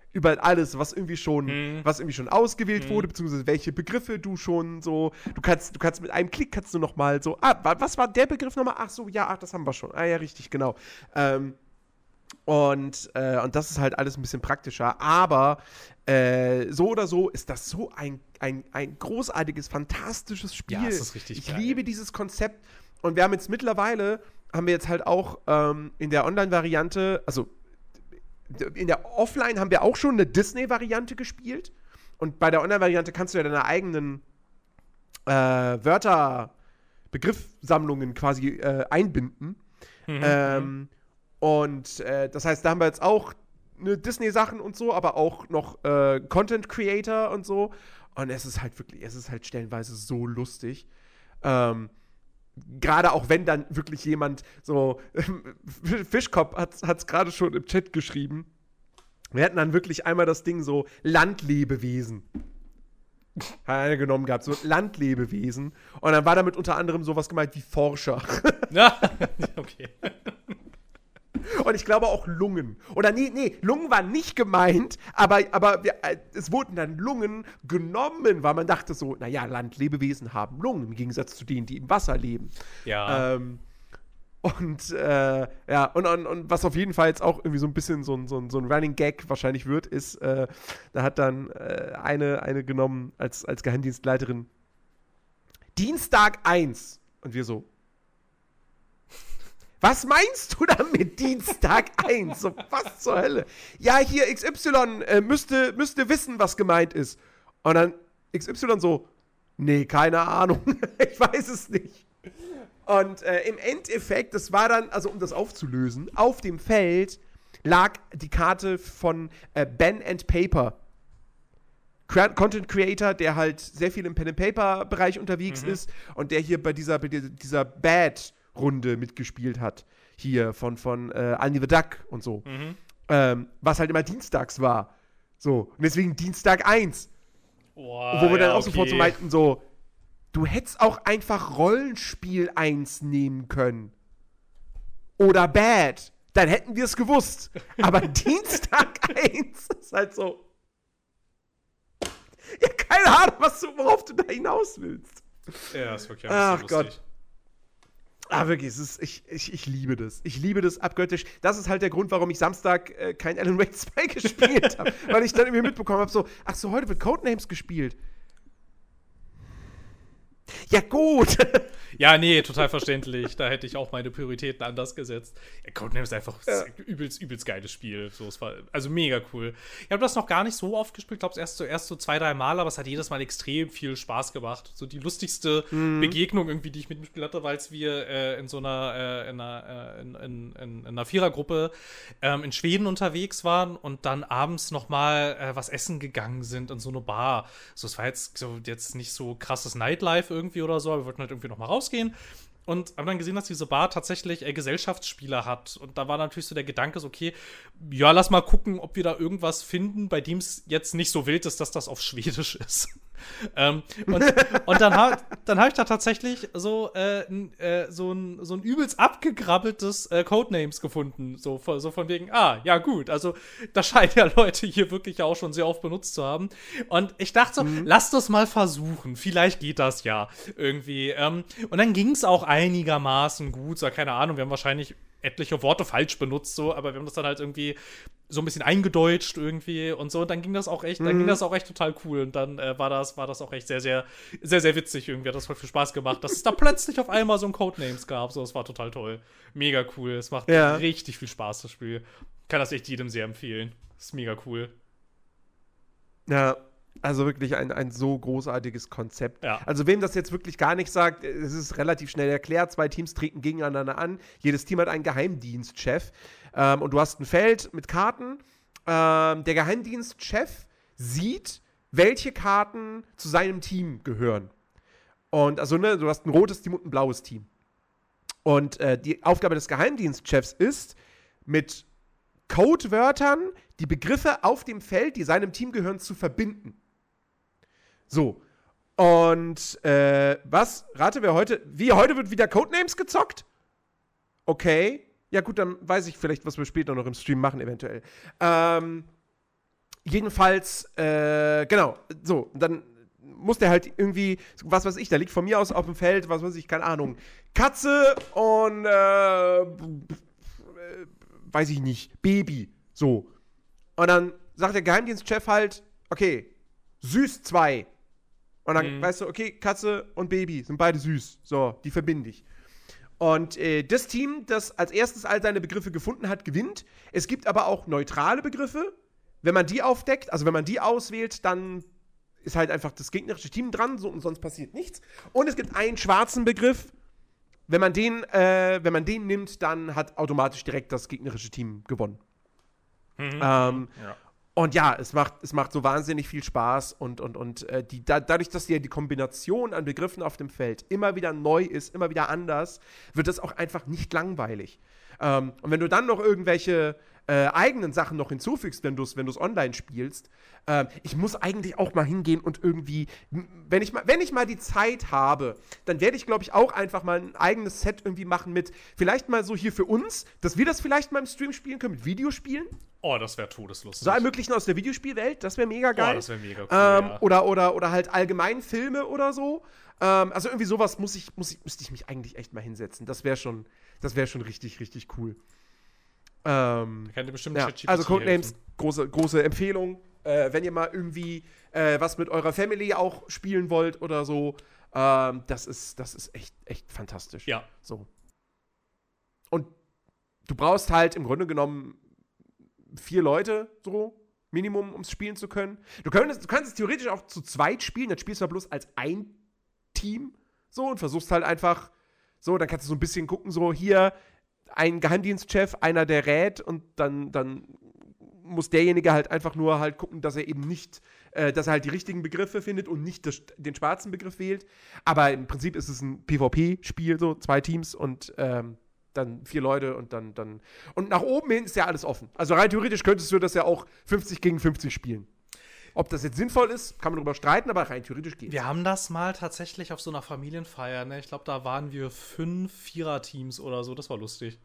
A: über alles, was irgendwie schon,
B: Mhm.
A: was irgendwie schon ausgewählt
B: Mhm.
A: wurde, beziehungsweise welche Begriffe du schon so, du kannst, du kannst mit einem Klick kannst du noch mal so, ah, wa- was war der Begriff nochmal? Ach so, ja, ach, das haben wir schon. Ah ja, richtig, genau. Ähm, und, äh, und das ist halt alles ein bisschen praktischer, aber äh, so oder so ist das so ein, ein, ein großartiges, fantastisches Spiel.
B: Ja, es ist richtig
A: Ich
B: geil.
A: liebe dieses Konzept und wir haben jetzt mittlerweile, haben wir jetzt halt auch ähm, in der Online-Variante, also in der Offline haben wir auch schon eine Disney-Variante gespielt. Und bei der Online-Variante kannst du ja deine eigenen äh, Wörter, Begriffssammlungen quasi äh, einbinden.
B: Mhm.
A: Ähm, und äh, das heißt, da haben wir jetzt auch eine Disney-Sachen und so, aber auch noch äh, Content-Creator und so. Und es ist halt wirklich, es ist halt stellenweise so lustig. Ähm, Gerade auch wenn dann wirklich jemand so, Fischkopf hat es gerade schon im Chat geschrieben, wir hatten dann wirklich einmal das Ding so Landlebewesen. Hat einer genommen gehabt, so Landlebewesen. Und dann war damit unter anderem sowas gemeint wie Forscher.
B: Ja, okay.
A: Und ich glaube auch Lungen. Oder nee, nee, Lungen waren nicht gemeint, aber, aber wir, äh, es wurden dann Lungen genommen, weil man dachte so, naja, Landlebewesen haben Lungen, im Gegensatz zu denen, die im Wasser leben.
B: Ja.
A: Ähm, und äh, ja, und, und, und was auf jeden Fall jetzt auch irgendwie so ein bisschen so ein, so ein, so ein Running Gag wahrscheinlich wird, ist, äh, da hat dann äh, eine, eine genommen als, als Geheimdienstleiterin Dienstag eins. Und wir so, was meinst du damit Dienstag eins? So, was zur Hölle? Ja, hier X Y äh, müsste, müsste wissen, was gemeint ist. Und dann X Y so, nee, keine Ahnung. Ich weiß es nicht. Und äh, im Endeffekt, das war dann, also um das aufzulösen, auf dem Feld lag die Karte von äh, Ben and Paper. Cra- Content Creator, der halt sehr viel im Pen-and-Paper-Bereich unterwegs
B: Mhm.
A: ist und der hier bei dieser, bei dieser, dieser Bad-Runde mitgespielt hat. Hier von, von äh, Alni the Duck und so.
B: Mhm.
A: Ähm, was halt immer dienstags war. So. Und deswegen Dienstag eins.
B: Boah,
A: Wo wir dann
B: ja,
A: auch sofort so
B: okay.
A: meinten, so, du hättest auch einfach Rollenspiel eins nehmen können. Oder Bad. Dann hätten wir es gewusst. Aber Dienstag eins ist halt so. Ja, keine Ahnung, was du, worauf du da hinaus willst.
B: Ja, ist wirklich ein
A: Ach
B: bisschen lustig.
A: Ah, wirklich, es ist, ich, ich, ich liebe das. Ich liebe das abgöttisch. Das ist halt der Grund, warum ich Samstag äh, kein Alan Wake zwei gespielt habe. Weil ich dann irgendwie mitbekommen habe, so, ach so, heute wird Codenames gespielt. Ja, gut.
B: Ja, nee, total verständlich. Da hätte ich auch meine Prioritäten anders gesetzt. Ja, Codenames ist einfach
A: Ja.
B: ein übelst, übelst geiles Spiel. So, es war also mega cool. Ich habe das noch gar nicht so oft gespielt. Ich glaube, es erst so, erst so zwei, drei Mal, aber es hat jedes Mal extrem viel Spaß gemacht. So die lustigste
A: Mhm.
B: Begegnung irgendwie, die ich mit dem Spiel hatte, war, als wir äh, in so einer, äh, in einer, äh, in, in, in, in einer Vierergruppe ähm, in Schweden unterwegs waren und dann abends noch mal äh, was essen gegangen sind in so eine Bar. So, es war jetzt so jetzt nicht so krasses Nightlife irgendwie oder so, aber wir wollten halt irgendwie noch mal rausgehen. Und haben dann gesehen, dass diese Bar tatsächlich äh, Gesellschaftsspieler hat. Und da war natürlich so der Gedanke, so, okay, ja, lass mal gucken, ob wir da irgendwas finden, bei dem es jetzt nicht so wild ist, dass das auf Schwedisch ist. ähm, und, und dann habe dann hab ich da tatsächlich so, äh, n, äh, so, ein, so ein übelst abgegrabbeltes äh, Codenames gefunden. So, von- so von wegen, ah, ja gut, also da scheinen ja Leute hier wirklich auch schon sehr oft benutzt zu haben. Und ich dachte so, lass das mal versuchen. Vielleicht geht das ja irgendwie. Ähm, und dann ging es auch einigermaßen gut. So, keine Ahnung, wir haben wahrscheinlich etliche Worte falsch benutzt, so, aber wir haben das dann halt irgendwie so ein bisschen eingedeutscht irgendwie und so. Und dann ging das auch echt, dann ging das auch echt total cool. Und dann äh, war das, war das auch echt sehr, sehr, sehr, sehr witzig irgendwie. Hat das voll viel Spaß gemacht, dass es da plötzlich auf einmal so ein Codenames gab. So, das war total toll. Mega cool. Es macht
A: Ja.
B: richtig viel Spaß, das Spiel. Kann das echt jedem sehr empfehlen. Ist mega cool.
A: Ja, also wirklich ein, ein so großartiges Konzept.
B: Ja.
A: Also wem das jetzt wirklich gar nicht sagt, es ist relativ schnell erklärt. Zwei Teams treten gegeneinander an. Jedes Team hat einen Geheimdienstchef. Ähm, und du hast ein Feld mit Karten. Ähm, der Geheimdienstchef sieht, welche Karten zu seinem Team gehören. Und also, ne, du hast ein rotes Team und ein blaues Team. Und äh, die Aufgabe des Geheimdienstchefs ist, mit Codewörtern die Begriffe auf dem Feld, die seinem Team gehören, zu verbinden. So. Und äh, was? Rate, wer heute. Wie, heute wird wieder Codenames gezockt? Okay. Ja, gut, dann weiß ich vielleicht, was wir später noch im Stream machen, eventuell. Ähm. jedenfalls, äh, genau, so, dann muss der halt irgendwie, was weiß ich, da liegt von mir aus auf dem Feld, was weiß ich, keine Ahnung, Katze und, äh, weiß ich nicht, Baby, so. Und dann sagt der Geheimdienstchef halt, okay, süß zwei. Und dann mhm. weißt du, okay, Katze und Baby sind beide süß, so, die verbinde ich. Und äh, das Team, das als erstes all seine Begriffe gefunden hat, gewinnt. Es gibt aber auch neutrale Begriffe. Wenn man die aufdeckt, also wenn man die auswählt, dann ist halt einfach das gegnerische Team dran, so, und sonst passiert nichts. Und es gibt einen schwarzen Begriff. Wenn man den, äh, wenn man den nimmt, dann hat automatisch direkt das gegnerische Team gewonnen. Mhm. Ähm, ja. Und ja, es macht, es macht so wahnsinnig viel Spaß und, und, und äh, die, da, dadurch, dass ja die Kombination an Begriffen auf dem Feld immer wieder neu ist, immer wieder anders, wird es auch einfach nicht langweilig. Ähm, und wenn du dann noch irgendwelche äh, eigenen Sachen noch hinzufügst, wenn du es wenn du's online spielst, äh, ich muss eigentlich auch mal hingehen und irgendwie, wenn ich mal, wenn ich mal die Zeit habe, dann werde ich, glaube ich, auch einfach mal ein eigenes Set irgendwie machen mit, vielleicht mal so hier für uns, dass wir das vielleicht mal im Stream spielen können, mit Videospielen.
B: Oh, das wäre todeslustig.
A: So ermöglichen aus der Videospielwelt, das wäre mega geil.
B: Oh, das wäre mega cool,
A: ähm,
B: ja.
A: oder, oder, oder halt allgemein Filme oder so. Ähm, also irgendwie sowas muss ich, muss ich, müsste ich mich eigentlich echt mal hinsetzen. Das wäre schon, das wäre schon richtig, richtig cool. Ähm,
B: da kann dir bestimmt
A: ja,
B: ChatGPT
A: also Codenames,
B: helfen.
A: große, große Empfehlung. Äh, wenn ihr mal irgendwie äh, was mit eurer Family auch spielen wollt oder so, ähm, das ist, das ist echt, echt fantastisch.
B: Ja.
A: So. Und du brauchst halt im Grunde genommen vier Leute, so, Minimum, um es spielen zu können. Du, könntest, du kannst es theoretisch auch zu zweit spielen, dann spielst du aber bloß als ein Team, so, und versuchst halt einfach, so, dann kannst du so ein bisschen gucken, so, hier, ein Geheimdienstchef, einer, der rät, und dann, dann muss derjenige halt einfach nur halt gucken, dass er eben nicht, äh, dass er halt die richtigen Begriffe findet und nicht das, den schwarzen Begriff wählt. Aber im Prinzip ist es ein PvP-Spiel, so, zwei Teams und, ähm, dann vier Leute und dann, dann. Und nach oben hin ist ja alles offen. Also rein theoretisch könntest du das ja auch fünfzig gegen fünfzig spielen. Ob das jetzt sinnvoll ist, kann man darüber streiten, aber rein theoretisch geht.
B: Wir haben das mal tatsächlich auf so einer Familienfeier, ne? Ich glaube, da waren wir fünf Vierer-Teams oder so. Das war lustig.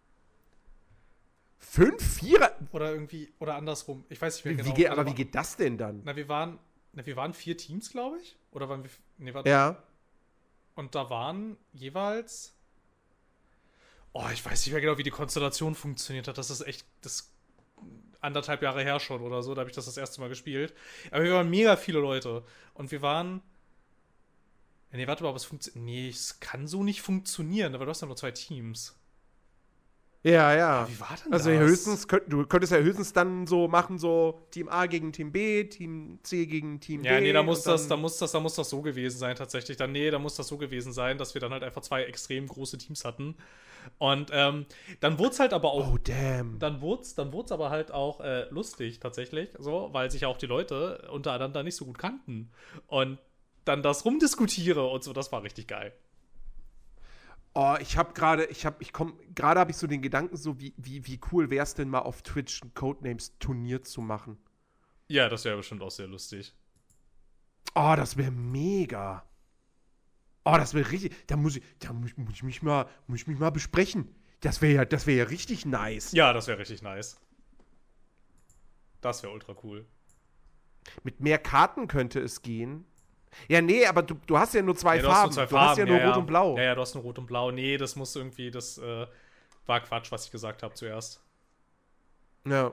A: Fünf Vierer?
B: Oder irgendwie, oder andersrum. Ich weiß nicht mehr
A: wie,
B: genau.
A: Wie geht, aber wie geht das denn dann?
B: Na, wir waren, na, wir waren vier Teams, glaube ich. Oder waren wir, nee, warte.
A: Ja.
B: Und da waren jeweils, oh, ich weiß nicht mehr genau, wie die Konstellation funktioniert hat. Das ist echt, das anderthalb Jahre her schon oder so. Da habe ich das das erste Mal gespielt. Aber wir waren mega viele Leute. Und wir waren, nee, warte mal, aber es funktioniert, nee, es kann so nicht funktionieren. Aber du hast ja nur zwei Teams.
A: Ja, ja.
B: Aber wie war denn
A: also
B: das?
A: höchstens, könnt, du könntest ja höchstens dann so machen, so Team A gegen Team B, Team C gegen Team
B: ja,
A: D.
B: Ja, nee, da muss das, da muss das, da muss das so gewesen sein, tatsächlich. Dann, nee, da muss das so gewesen sein, dass wir dann halt einfach zwei extrem große Teams hatten. Und ähm, dann wurde es halt aber auch.
A: Oh, damn.
B: Dann wurde es dann wurd's aber halt auch äh, lustig, tatsächlich, so, weil sich auch die Leute untereinander nicht so gut kannten. Und dann das rumdiskutiere und so, das war richtig geil.
A: Oh, ich habe gerade, ich habe, ich komme, gerade habe ich so den Gedanken, so wie, wie, wie cool wäre es denn mal auf Twitch ein Codenames-Turnier zu machen?
B: Ja, das wäre bestimmt auch sehr lustig.
A: Oh, das wäre mega. Oh, das wäre richtig. Da muss ich, da muss, muss ich mich mal, muss ich mich mal besprechen. Das wäre ja, das wäre ja richtig nice.
B: Ja, das wäre richtig nice. Das wäre ultra cool.
A: Mit mehr Karten könnte es gehen. Ja, nee, aber du, du hast ja nur zwei
B: ja, du
A: Farben.
B: Hast nur zwei
A: du
B: Farben.
A: hast ja nur
B: ja,
A: Rot
B: ja.
A: und Blau.
B: Ja, ja, du hast nur Rot und Blau. Nee, das muss irgendwie, das äh, war Quatsch, was ich gesagt habe zuerst.
A: Ja.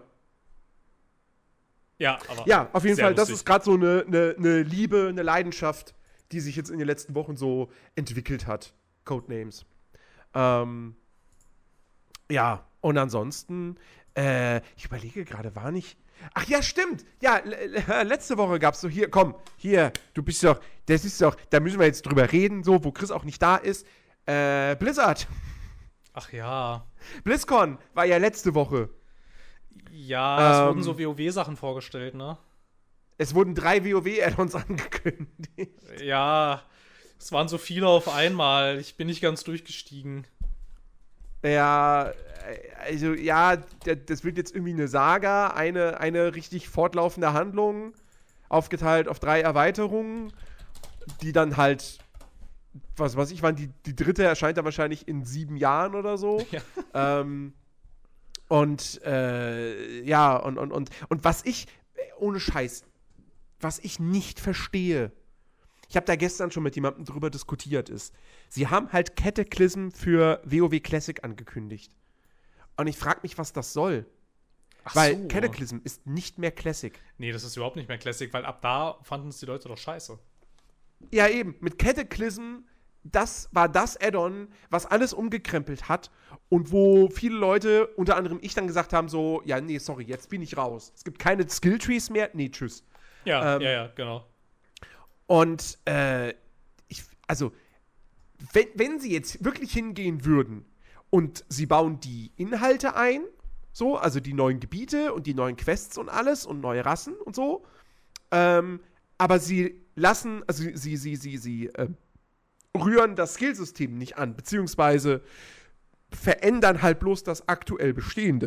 B: Ja, aber.
A: Ja, auf jeden Fall,
B: lustig.
A: das ist gerade so eine, eine, eine Liebe, eine Leidenschaft, die sich jetzt in den letzten Wochen so entwickelt hat. Codenames. Ähm, ja, und ansonsten, äh, ich überlege gerade, war nicht. Ach ja, stimmt. Ja, letzte Woche gab's so, hier, komm, hier, du bist doch, das ist doch, da müssen wir jetzt drüber reden, so, wo Chris auch nicht da ist. Äh, Blizzard.
B: Ach ja.
A: BlizzCon war ja letzte Woche.
B: Ja, es
A: ähm,
B: wurden so WoW-Sachen vorgestellt, ne?
A: Es wurden drei WoW-Add-ons angekündigt.
B: Ja, es waren so viele auf einmal. Ich bin nicht ganz durchgestiegen.
A: Ja, also ja, das wird jetzt irgendwie eine Saga, eine, eine richtig fortlaufende Handlung, aufgeteilt auf drei Erweiterungen, die dann halt, was weiß ich, wann die, die dritte erscheint dann wahrscheinlich in sieben Jahren oder so.
B: Ja.
A: Ähm, und äh, ja, und, und, und, und was ich, ohne Scheiß, was ich nicht verstehe, ich habe da gestern schon mit jemandem drüber diskutiert, ist, sie haben halt Cataclysm für WoW Classic angekündigt. Und ich frage mich, was das soll.
B: Ach
A: weil
B: so.
A: Cataclysm ist nicht mehr Classic.
B: Nee, das ist überhaupt nicht mehr Classic, weil ab da fanden es die Leute doch scheiße.
A: Ja, eben. Mit Cataclysm, das war das Add-on, was alles umgekrempelt hat und wo viele Leute, unter anderem ich, dann gesagt haben, so, ja, nee, sorry, jetzt bin ich raus. Es gibt keine Skilltrees mehr. Nee, tschüss.
B: Ja,
A: Ähm,
B: ja, ja, genau.
A: Und, äh, ich, also, wenn, wenn sie jetzt wirklich hingehen würden und sie bauen die Inhalte ein, so, also die neuen Gebiete und die neuen Quests und alles und neue Rassen und so, ähm, aber sie lassen, also sie, sie, sie, sie, äh, rühren das Skillsystem nicht an, beziehungsweise verändern halt bloß das aktuell Bestehende.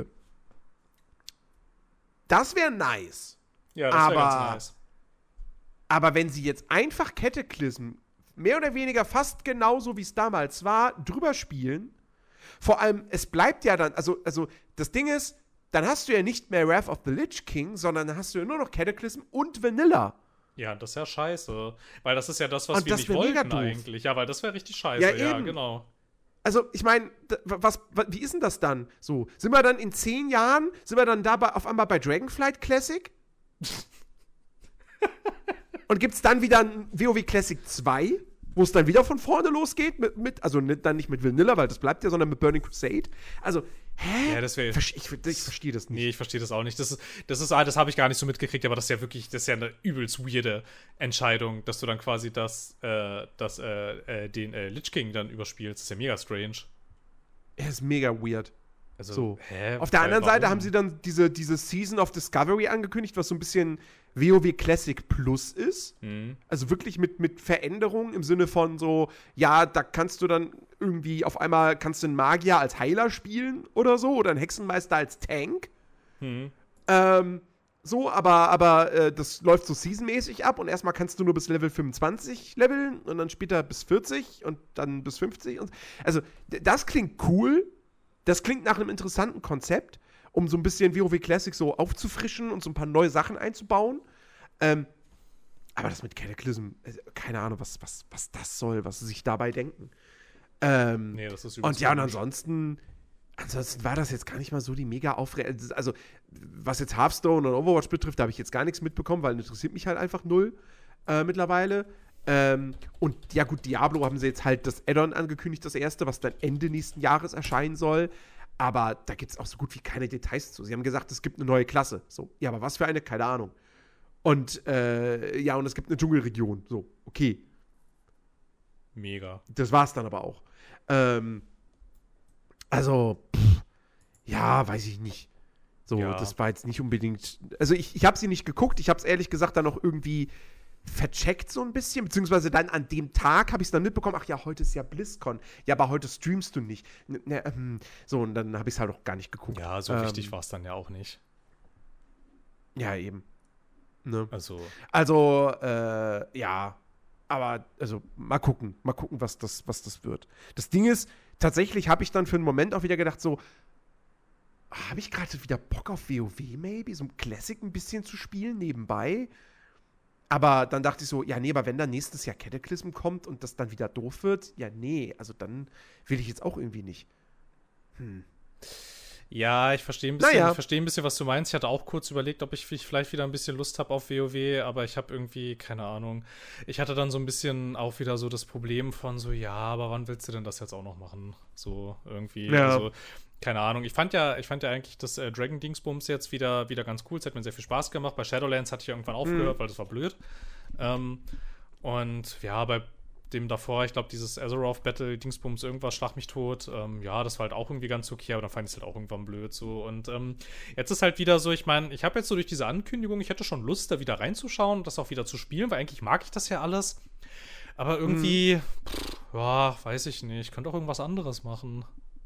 A: Das wäre nice.
B: Ja, das wäre
A: aber,
B: ganz nice.
A: Aber wenn sie jetzt einfach Cataclysm mehr oder weniger fast genauso, wie es damals war, drüber spielen, vor allem, es bleibt ja dann, also, also das Ding ist, dann hast du ja nicht mehr Wrath of the Lich King, sondern dann hast du ja nur noch Cataclysm und Vanilla.
B: Ja, das ist ja scheiße. Weil das ist ja das, was
A: Und
B: wir
A: das
B: nicht
A: wär mega
B: wollten
A: doof.
B: eigentlich. Ja, weil das wäre richtig scheiße.
A: Ja,
B: Ja,
A: eben.
B: genau.
A: Also, ich meine, was, was, wie ist denn das dann? So, sind wir dann in zehn Jahren, sind wir dann da bei, auf einmal bei Dragonflight Classic? Und gibt's dann wieder ein WoW Classic zwei, wo es dann wieder von vorne losgeht? Mit, mit, also nicht, dann nicht mit Vanilla, weil das bleibt ja, sondern mit Burning Crusade. Also, hä?
B: Ja, das wäre.
A: Versch- ich ich verstehe das nicht.
B: Nee, ich verstehe das auch nicht. Das ist, das ist, ah, das habe ich gar nicht so mitgekriegt, aber das ist ja wirklich, das ist ja eine übelst weirde Entscheidung, dass du dann quasi das, äh, das, äh, äh, den äh, Lich King dann überspielst. Das ist ja mega strange.
A: Er ist mega weird.
B: Also,
A: So.
B: hä?
A: Auf der
B: Weil,
A: anderen
B: warum?
A: Seite haben sie dann diese, diese Season of Discovery angekündigt, was so ein bisschen WoW Classic Plus ist.
B: Mhm.
A: Also wirklich mit, mit Veränderungen im Sinne von so, ja, da kannst du dann irgendwie auf einmal, kannst du einen Magier als Heiler spielen oder so oder einen Hexenmeister als Tank.
B: Mhm.
A: Ähm, so, aber, aber äh, das läuft so seasonmäßig ab und erstmal kannst du nur bis Level fünfundzwanzig leveln und dann später bis vierzig und dann bis fünfzig. Und, also, d- das klingt cool. Das klingt nach einem interessanten Konzept, um so ein bisschen WoW Classic so aufzufrischen und so ein paar neue Sachen einzubauen. Ähm, aber das mit Cataclysm, äh, keine Ahnung, was, was, was das soll, was sie sich dabei denken. Ähm,
B: Nee, das ist
A: und ja, und
B: komisch.
A: ansonsten, ansonsten war das jetzt gar nicht mal so die mega Aufregung. Also, was jetzt Hearthstone und Overwatch betrifft, da habe ich jetzt gar nichts mitbekommen, weil interessiert mich halt einfach null äh, mittlerweile. Ähm, und ja gut, Diablo haben sie jetzt halt das Add-on angekündigt, das erste, was dann Ende nächsten Jahres erscheinen soll. Aber da gibt es auch so gut wie keine Details zu. Sie haben gesagt, es gibt eine neue Klasse. So, ja, aber was für eine? Keine Ahnung. Und äh, ja, und es gibt eine Dschungelregion. So, okay.
B: Mega.
A: Das war's dann aber auch. Ähm, also, pff, ja, weiß ich nicht. So,
B: Ja.
A: das war jetzt nicht unbedingt. Also, ich, ich habe sie nicht geguckt. Ich habe es ehrlich gesagt dann noch irgendwie vercheckt so ein bisschen, beziehungsweise dann an dem Tag habe ich es dann mitbekommen, ach ja, heute ist ja BlizzCon. Ja, aber heute streamst du nicht. N- ne, ähm, so, und dann habe ich es halt auch gar nicht geguckt.
B: Ja, so
A: Ähm,
B: wichtig war es dann ja auch nicht.
A: Ja, eben. Ne?
B: Also,
A: Also, äh, ja. Aber, also, mal gucken. Mal gucken, was das, was das wird. Das Ding ist, tatsächlich habe ich dann für einen Moment auch wieder gedacht, so, habe ich gerade wieder Bock auf WoW, maybe? So ein Classic ein bisschen zu spielen nebenbei? Aber dann dachte ich so, ja, nee, aber wenn dann nächstes Jahr Cataclysm kommt und das dann wieder doof wird, ja, nee, also dann will ich jetzt auch irgendwie nicht. Hm.
B: ja, ich verstehe ein bisschen,
A: Naja.
B: ich verstehe ein bisschen, was du meinst. Ich hatte auch kurz überlegt, ob ich vielleicht wieder ein bisschen Lust habe auf WoW, aber ich habe irgendwie, keine Ahnung. Ich hatte dann so ein bisschen auch wieder so das Problem von so, ja, aber wann willst du denn das jetzt auch noch machen? So irgendwie,
A: Ja.
B: also keine Ahnung. Ich fand ja, ich fand ja eigentlich das äh, Dragon Dingsbums jetzt wieder, wieder ganz cool. Es hat mir sehr viel Spaß gemacht. Bei Shadowlands hatte ich irgendwann aufgehört, weil das war blöd. Ähm, und ja, bei dem davor, ich glaube, dieses Azeroth Battle Dingsbums, irgendwas, Schlag mich tot. Ähm, ja, das war halt auch irgendwie ganz okay, aber dann fand ich es halt auch irgendwann blöd so. Und ähm, jetzt ist halt wieder so, ich meine, ich habe jetzt so durch diese Ankündigung, ich hätte schon Lust, da wieder reinzuschauen und das auch wieder zu spielen, weil eigentlich mag ich das ja alles. Aber irgendwie, pff, ja, weiß ich nicht. Ich könnte auch irgendwas anderes machen.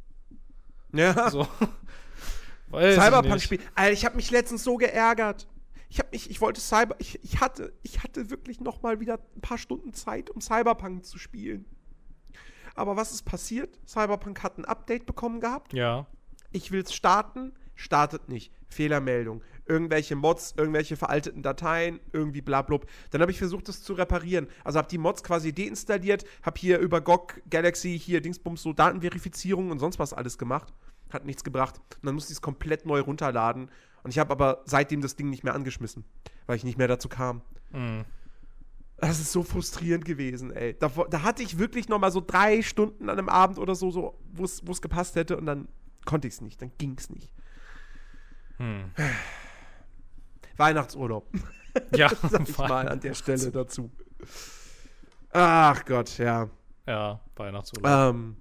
A: Ja.
B: So. Weiß ich
A: Cyberpunk-Spiel.
B: nicht.
A: Alter, ich habe mich letztens so geärgert. Ich habe mich, ich wollte Cyber, ich, ich hatte, ich hatte wirklich noch mal wieder ein paar Stunden Zeit, um Cyberpunk zu spielen. Aber was ist passiert? Cyberpunk hat ein Update bekommen gehabt.
B: Ja.
A: Ich will's starten, startet nicht. Fehlermeldung. irgendwelche Mods, irgendwelche veralteten Dateien, irgendwie blablub. Dann habe ich versucht, das zu reparieren. Also habe die Mods quasi deinstalliert, habe hier über G O G, Galaxy, hier Dingsbums, so Datenverifizierung und sonst was alles gemacht. Hat nichts gebracht. Und dann musste ich es komplett neu runterladen. Und ich habe aber seitdem das Ding nicht mehr angeschmissen, weil ich nicht mehr dazu kam.
B: Mhm.
A: Das ist so frustrierend gewesen, ey. Da, da hatte ich wirklich noch mal so drei Stunden an einem Abend oder so, so wo es gepasst hätte und dann konnte ich es nicht, dann ging es nicht.
B: Hm.
A: Weihnachtsurlaub.
B: Ja,
A: sag ich mal an der Stelle dazu. Ach Gott, ja.
B: Ja, Weihnachtsurlaub.
A: Ähm,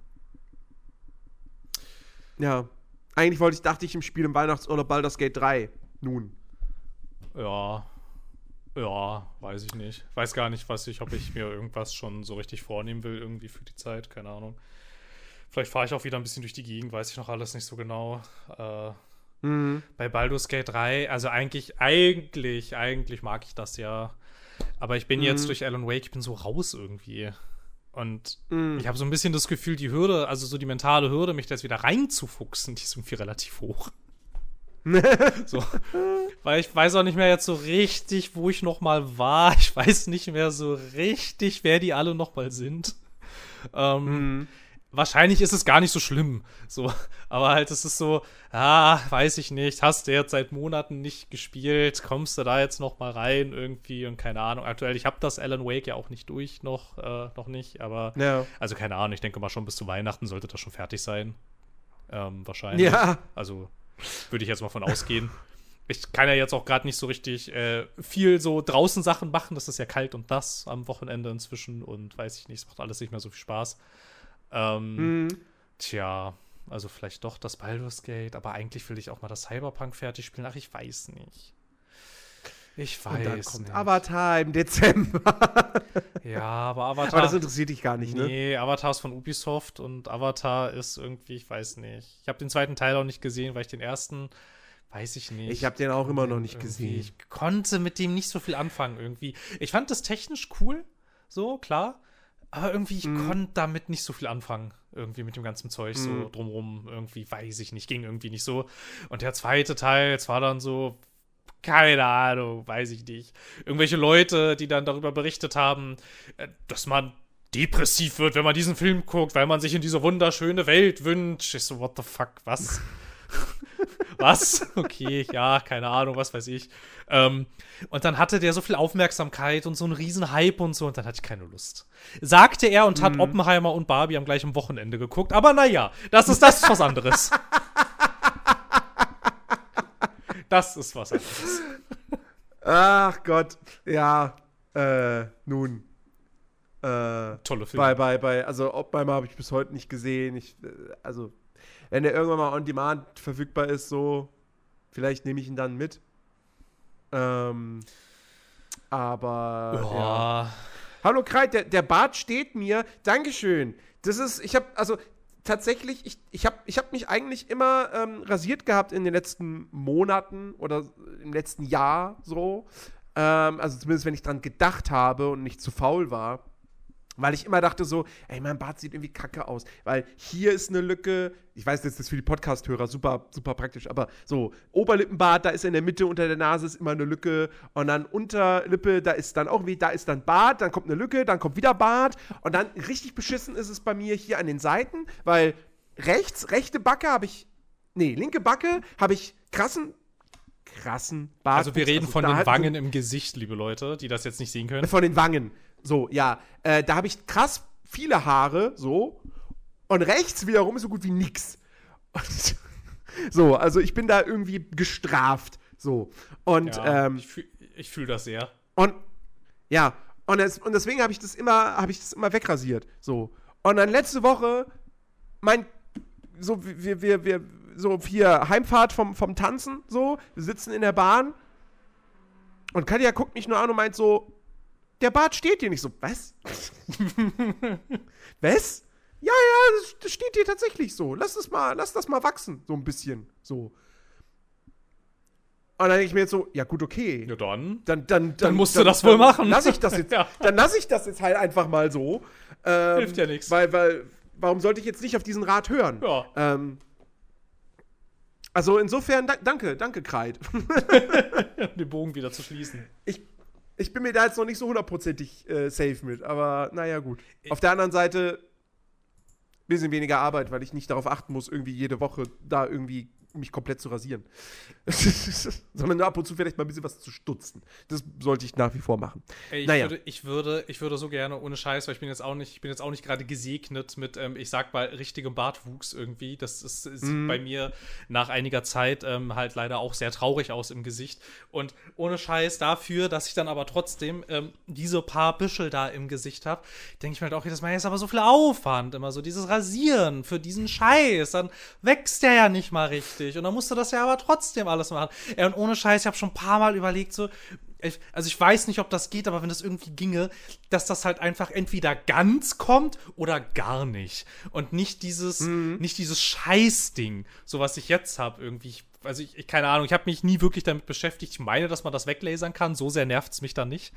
A: ja. Eigentlich wollte ich, dachte ich im Spiel im Weihnachtsurlaub Baldur's Gate drei. Nun.
B: Ja. Ja, weiß ich nicht. Weiß gar nicht, was ich, ob ich mir irgendwas schon so richtig vornehmen will, irgendwie für die Zeit, keine Ahnung. Vielleicht fahre ich auch wieder ein bisschen durch die Gegend, weiß ich noch alles nicht so genau. Äh, mhm. Bei Baldur's Gate drei, also eigentlich, eigentlich, eigentlich mag ich das ja. Aber ich bin mhm. jetzt durch Alan Wake, ich bin so raus irgendwie. Und mhm. ich habe so ein bisschen das Gefühl, die Hürde, also so die mentale Hürde, mich da jetzt wieder reinzufuchsen, die ist irgendwie relativ hoch. So, weil ich weiß auch nicht mehr jetzt so richtig, wo ich noch mal war. Ich weiß nicht mehr so richtig, wer die alle noch mal sind. Ähm, mhm. Wahrscheinlich ist es gar nicht so schlimm. So, aber halt, es ist so, ah, weiß ich nicht, hast du jetzt seit Monaten nicht gespielt, kommst du da jetzt noch mal rein irgendwie und keine Ahnung. Aktuell, ich habe das Alan Wake ja auch nicht durch, noch, äh, noch nicht, aber
A: ja.
B: Also keine Ahnung, ich denke mal schon bis zu Weihnachten sollte das schon fertig sein. Ähm, wahrscheinlich.
A: Ja.
B: Also würde ich jetzt mal von ausgehen. Ich kann ja jetzt auch gerade nicht so richtig äh, viel so draußen Sachen machen. Das ist ja kalt und nass am Wochenende inzwischen und weiß ich nicht, es macht alles nicht mehr so viel Spaß. Ähm, mhm. Tja, also vielleicht doch das Baldur's Gate, aber eigentlich will ich auch mal das Cyberpunk fertig spielen. Ach, ich weiß nicht. Ich weiß
A: und dann kommt
B: nicht.
A: Avatar im Dezember.
B: Ja, aber Avatar...
A: Aber das interessiert dich gar nicht, ne?
B: Nee, Avatar ist von Ubisoft und Avatar ist irgendwie, ich weiß nicht. Ich habe den zweiten Teil auch nicht gesehen, weil ich den ersten, weiß ich nicht.
A: Ich habe den auch immer noch nicht gesehen.
B: Ich konnte mit dem nicht so viel anfangen irgendwie. Ich fand das technisch cool, so, klar. Aber irgendwie, ich mm. konnte damit nicht so viel anfangen. Irgendwie mit dem ganzen Zeug mm. so drumrum. Irgendwie, weiß ich nicht, ging irgendwie nicht so. Und der zweite Teil, jetzt war dann so... Keine Ahnung, weiß ich nicht. Irgendwelche Leute, die dann darüber berichtet haben, dass man depressiv wird, wenn man diesen Film guckt, weil man sich in diese wunderschöne Welt wünscht. Ich so, what the fuck, was? Was? Okay, ja, keine Ahnung, was weiß ich. Ähm, und dann hatte der so viel Aufmerksamkeit und so einen riesen Hype und so, und dann hatte ich keine Lust. Sagte er und hat mm. Oppenheimer und Barbie am gleichen Wochenende geguckt, aber naja, das ist das was anderes. Das ist was anderes.
A: Ach Gott, ja, äh, nun. Äh,
B: Tolle Filme.
A: Bei, bei, bei, also Oppenheimer habe ich bis heute nicht gesehen. Ich, also, wenn der irgendwann mal on demand verfügbar ist, so, vielleicht nehme ich ihn dann mit. Ähm, aber,
B: ja.
A: ja. Hallo Kreit, der, der Bart steht mir. Dankeschön. Das ist, ich habe, also, tatsächlich, ich, ich habe ich hab mich eigentlich immer ähm, rasiert gehabt in den letzten Monaten oder im letzten Jahr so. Ähm, also zumindest, wenn ich dran gedacht habe und nicht zu faul war. Weil ich immer dachte so, ey, mein Bart sieht irgendwie kacke aus. Weil hier ist eine Lücke, ich weiß, das ist für die Podcast-Hörer super, super praktisch, aber so, Oberlippenbart, da ist in der Mitte unter der Nase ist immer eine Lücke. Und dann Unterlippe, da ist dann auch wie, da ist dann Bart, dann kommt eine Lücke, dann kommt wieder Bart. Und dann richtig beschissen ist es bei mir hier an den Seiten, weil rechts, rechte Backe habe ich, nee, linke Backe habe ich krassen, krassen Bart.
B: Also wir reden also von den Wangen im Gesicht, liebe Leute, die das jetzt nicht sehen können.
A: Von den Wangen. So, ja, äh, da habe ich krass viele Haare, so, und rechts wiederum ist so gut wie nix. Und, so, also ich bin da irgendwie gestraft, so. Und,
B: ja,
A: ähm,
B: ich fühle ich fühl das sehr.
A: Und, ja, und, es, und deswegen habe ich das immer, habe ich das immer wegrasiert, so. Und dann letzte Woche, mein, so, wir, wir, wir, so hier Heimfahrt vom, vom Tanzen, so, wir sitzen in der Bahn und Katja guckt mich nur an und meint so, der Bart steht hier nicht so. Was? Was? Ja, ja, das, das steht hier tatsächlich so. Lass das mal, lass das mal wachsen, so ein bisschen. So. Und dann denke ich mir jetzt so, ja gut, okay.
B: Ja, dann.
A: Dann, dann, dann,
B: dann musst
A: dann,
B: du das
A: dann,
B: wohl machen.
A: Lass ich das jetzt,
B: ja.
A: Dann lasse ich das jetzt halt einfach mal so. Ähm,
B: Hilft ja nichts.
A: Weil, weil, warum sollte ich jetzt nicht auf diesen Rat hören?
B: Ja.
A: Ähm, Also insofern, da, danke, danke, Kreid.
B: Um den Bogen wieder zu schließen.
A: Ich, ich bin mir da jetzt noch nicht so hundertprozentig äh, safe mit, aber naja, gut. Auf der anderen Seite, bisschen weniger Arbeit, weil ich nicht darauf achten muss, irgendwie jede Woche da irgendwie mich komplett zu rasieren. Sondern nur ab und zu vielleicht mal ein bisschen was zu stutzen. Das sollte ich nach wie vor machen.
B: Ey, ich,
A: naja.
B: würde, ich, würde, ich würde so gerne, ohne Scheiß, weil ich bin jetzt auch nicht, ich bin jetzt auch nicht gerade gesegnet mit, ähm, ich sag mal, richtigem Bartwuchs irgendwie. Das ist, sieht mm. bei mir nach einiger Zeit ähm, halt leider auch sehr traurig aus im Gesicht. Und ohne Scheiß dafür, dass ich dann aber trotzdem ähm, diese paar Büschel da im Gesicht habe, denke ich mir halt auch, das ist aber so viel Aufwand, immer so dieses Rasieren für diesen Scheiß. Dann wächst der ja nicht mal richtig. Und dann musst du das ja aber trotzdem alles machen. Ey, und ohne Scheiß, ich habe schon ein paar Mal überlegt, so, ich, also ich weiß nicht, ob das geht, aber wenn das irgendwie ginge, dass das halt einfach entweder ganz kommt oder gar nicht. Und nicht dieses, mhm. nicht dieses Scheißding, so was ich jetzt habe, irgendwie. Ich, also ich, ich, keine Ahnung, ich habe mich nie wirklich damit beschäftigt. Ich meine, dass man das weglasern kann, so sehr nervt es mich dann nicht.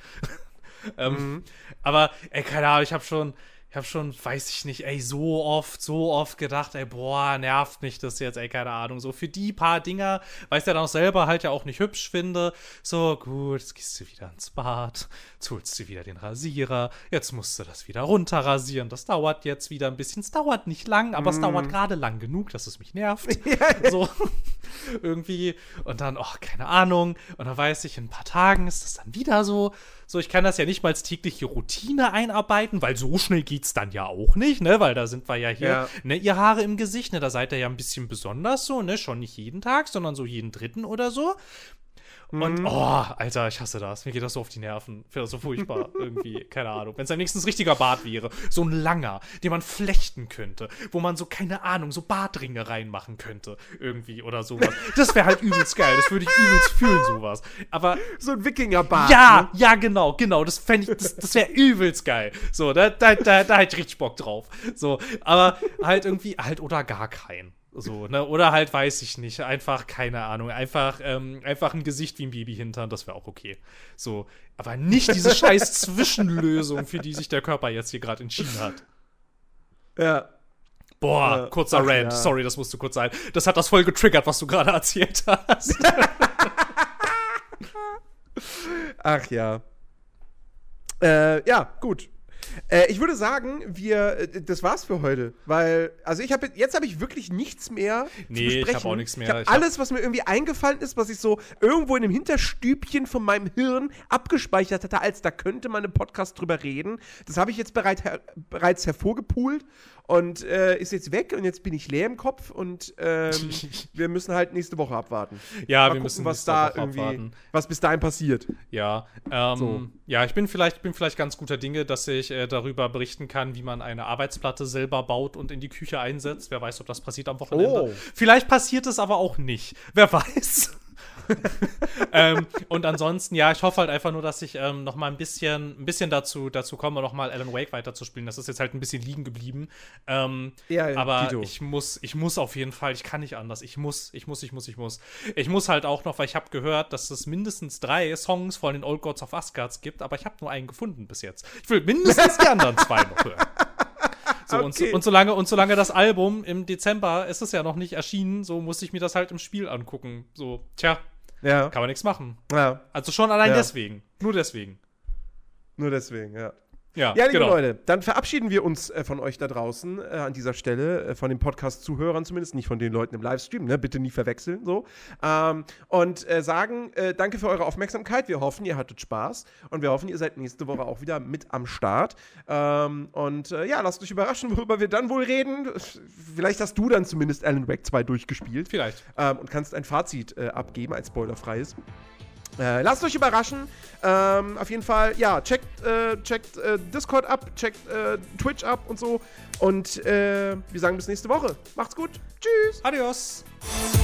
B: ähm, mhm. Aber, ey, keine Ahnung, ich habe schon Ich habe schon, weiß ich nicht, ey, so oft, so oft gedacht, ey, boah, nervt mich das jetzt, ey, keine Ahnung. So für die paar Dinger, weil ich ja dann auch selber halt ja auch nicht hübsch finde. So, gut, jetzt gehst du wieder ins Bad, jetzt holst du wieder den Rasierer, jetzt musst du das wieder runterrasieren. Das dauert jetzt wieder ein bisschen. Es dauert nicht lang, aber mm. es dauert gerade lang genug, dass es mich nervt. So, irgendwie. Und dann, oh, keine Ahnung. Und dann weiß ich, in ein paar Tagen ist das dann wieder so. So, ich kann das ja nicht mal als tägliche Routine einarbeiten, weil so schnell geht's dann ja auch nicht, ne? Weil da sind wir ja hier, ja. ne, ihr Haare im Gesicht, ne? Da seid ihr ja ein bisschen besonders so, ne? Schon nicht jeden Tag, sondern so jeden dritten oder so. Und, mhm. oh, Alter, ich hasse das. Mir geht das so auf die Nerven. Ich finde das so furchtbar. Irgendwie, keine Ahnung. Wenn es am nächsten ein richtiger Bart wäre. So ein langer, den man flechten könnte. Wo man so, keine Ahnung, so Bartringe reinmachen könnte. Irgendwie oder sowas. Das wäre halt übelst geil. Das würde ich übelst fühlen, sowas. Aber
A: so ein Wikingerbart.
B: Ja, ne? ja, genau, genau. Das fände ich, das, das wäre übelst geil. So, da, da, da, da hätte ich richtig Bock drauf. So, aber halt irgendwie, halt oder gar keinen. So, ne, oder halt, weiß ich nicht, einfach, keine Ahnung, einfach, ähm, einfach ein Gesicht wie ein Babyhintern, das wäre auch okay. So, aber nicht diese scheiß Zwischenlösung, für die sich der Körper jetzt hier gerade entschieden hat.
A: Ja.
B: Boah, ja. kurzer Ach, Rant, ja. sorry, das musste kurz sein. Das hat das voll getriggert, was du gerade erzählt hast.
A: Ach ja. Äh, ja, gut. Äh, ich würde sagen, wir, äh, das war's für heute, weil, also ich habe, jetzt habe ich wirklich nichts mehr
B: nee,
A: zu besprechen.
B: ich habe auch nichts mehr.
A: Ich habe alles, was mir irgendwie eingefallen ist, was ich so irgendwo in dem Hinterstübchen von meinem Hirn abgespeichert hatte, als da könnte man im Podcast drüber reden, das habe ich jetzt bereit, her, bereits hervorgepult und äh, ist jetzt weg und jetzt bin ich leer im Kopf und ähm, wir müssen halt nächste Woche abwarten.
B: Ja,
A: Mal
B: wir
A: gucken,
B: müssen
A: was da
B: Woche
A: irgendwie,
B: abwarten.
A: was bis dahin passiert.
B: Ja, ähm,
A: so.
B: ja, ich bin vielleicht, bin vielleicht ganz guter Dinge, dass ich äh, darüber berichten kann, wie man eine Arbeitsplatte selber baut und in die Küche einsetzt. Wer weiß, ob das passiert am Wochenende. Oh. Vielleicht passiert es aber auch nicht. Wer weiß. ähm, und ansonsten, ja, ich hoffe halt einfach nur, dass ich ähm, noch mal ein bisschen, ein bisschen dazu, dazu komme, noch mal Alan Wake weiterzuspielen. Das ist jetzt halt ein bisschen liegen geblieben. Ähm, ja, ja, aber Dito. ich muss, ich muss auf jeden Fall, ich kann nicht anders. Ich muss, ich muss, ich muss, ich muss. Ich muss halt auch noch, weil ich habe gehört, dass es mindestens drei Songs von den Old Gods of Asgard gibt, aber ich habe nur einen gefunden bis jetzt. Ich will mindestens die anderen zwei noch hören. So, okay. und, so, und, solange, und solange das Album im Dezember, ist es ja noch nicht erschienen, so muss ich mir das halt im Spiel angucken. So, tja, ja. kann man nichts machen. Ja. Also schon allein ja. deswegen. Nur deswegen.
A: Nur deswegen, ja.
B: Ja,
A: ja, liebe
B: genau.
A: Leute, dann verabschieden wir uns äh, von euch da draußen äh, an dieser Stelle, äh, von den Podcast-Zuhörern zumindest, nicht von den Leuten im Livestream, ne? Bitte nie verwechseln, so. Ähm, und äh, sagen, äh, danke für eure Aufmerksamkeit. Wir hoffen, ihr hattet Spaß und wir hoffen, ihr seid nächste Woche auch wieder mit am Start. Ähm, und äh, ja, lasst euch überraschen, worüber wir dann wohl reden. Vielleicht hast du dann zumindest Alan Wake zwei durchgespielt.
B: Vielleicht.
A: Ähm, und kannst ein Fazit äh, abgeben, ein spoilerfreies. Äh, lasst euch überraschen. Ähm, auf jeden Fall, ja, checkt, äh, checkt äh, Discord ab, checkt äh, Twitch ab und so. Und äh, wir sagen bis nächste Woche. Macht's gut. Tschüss.
B: Adios.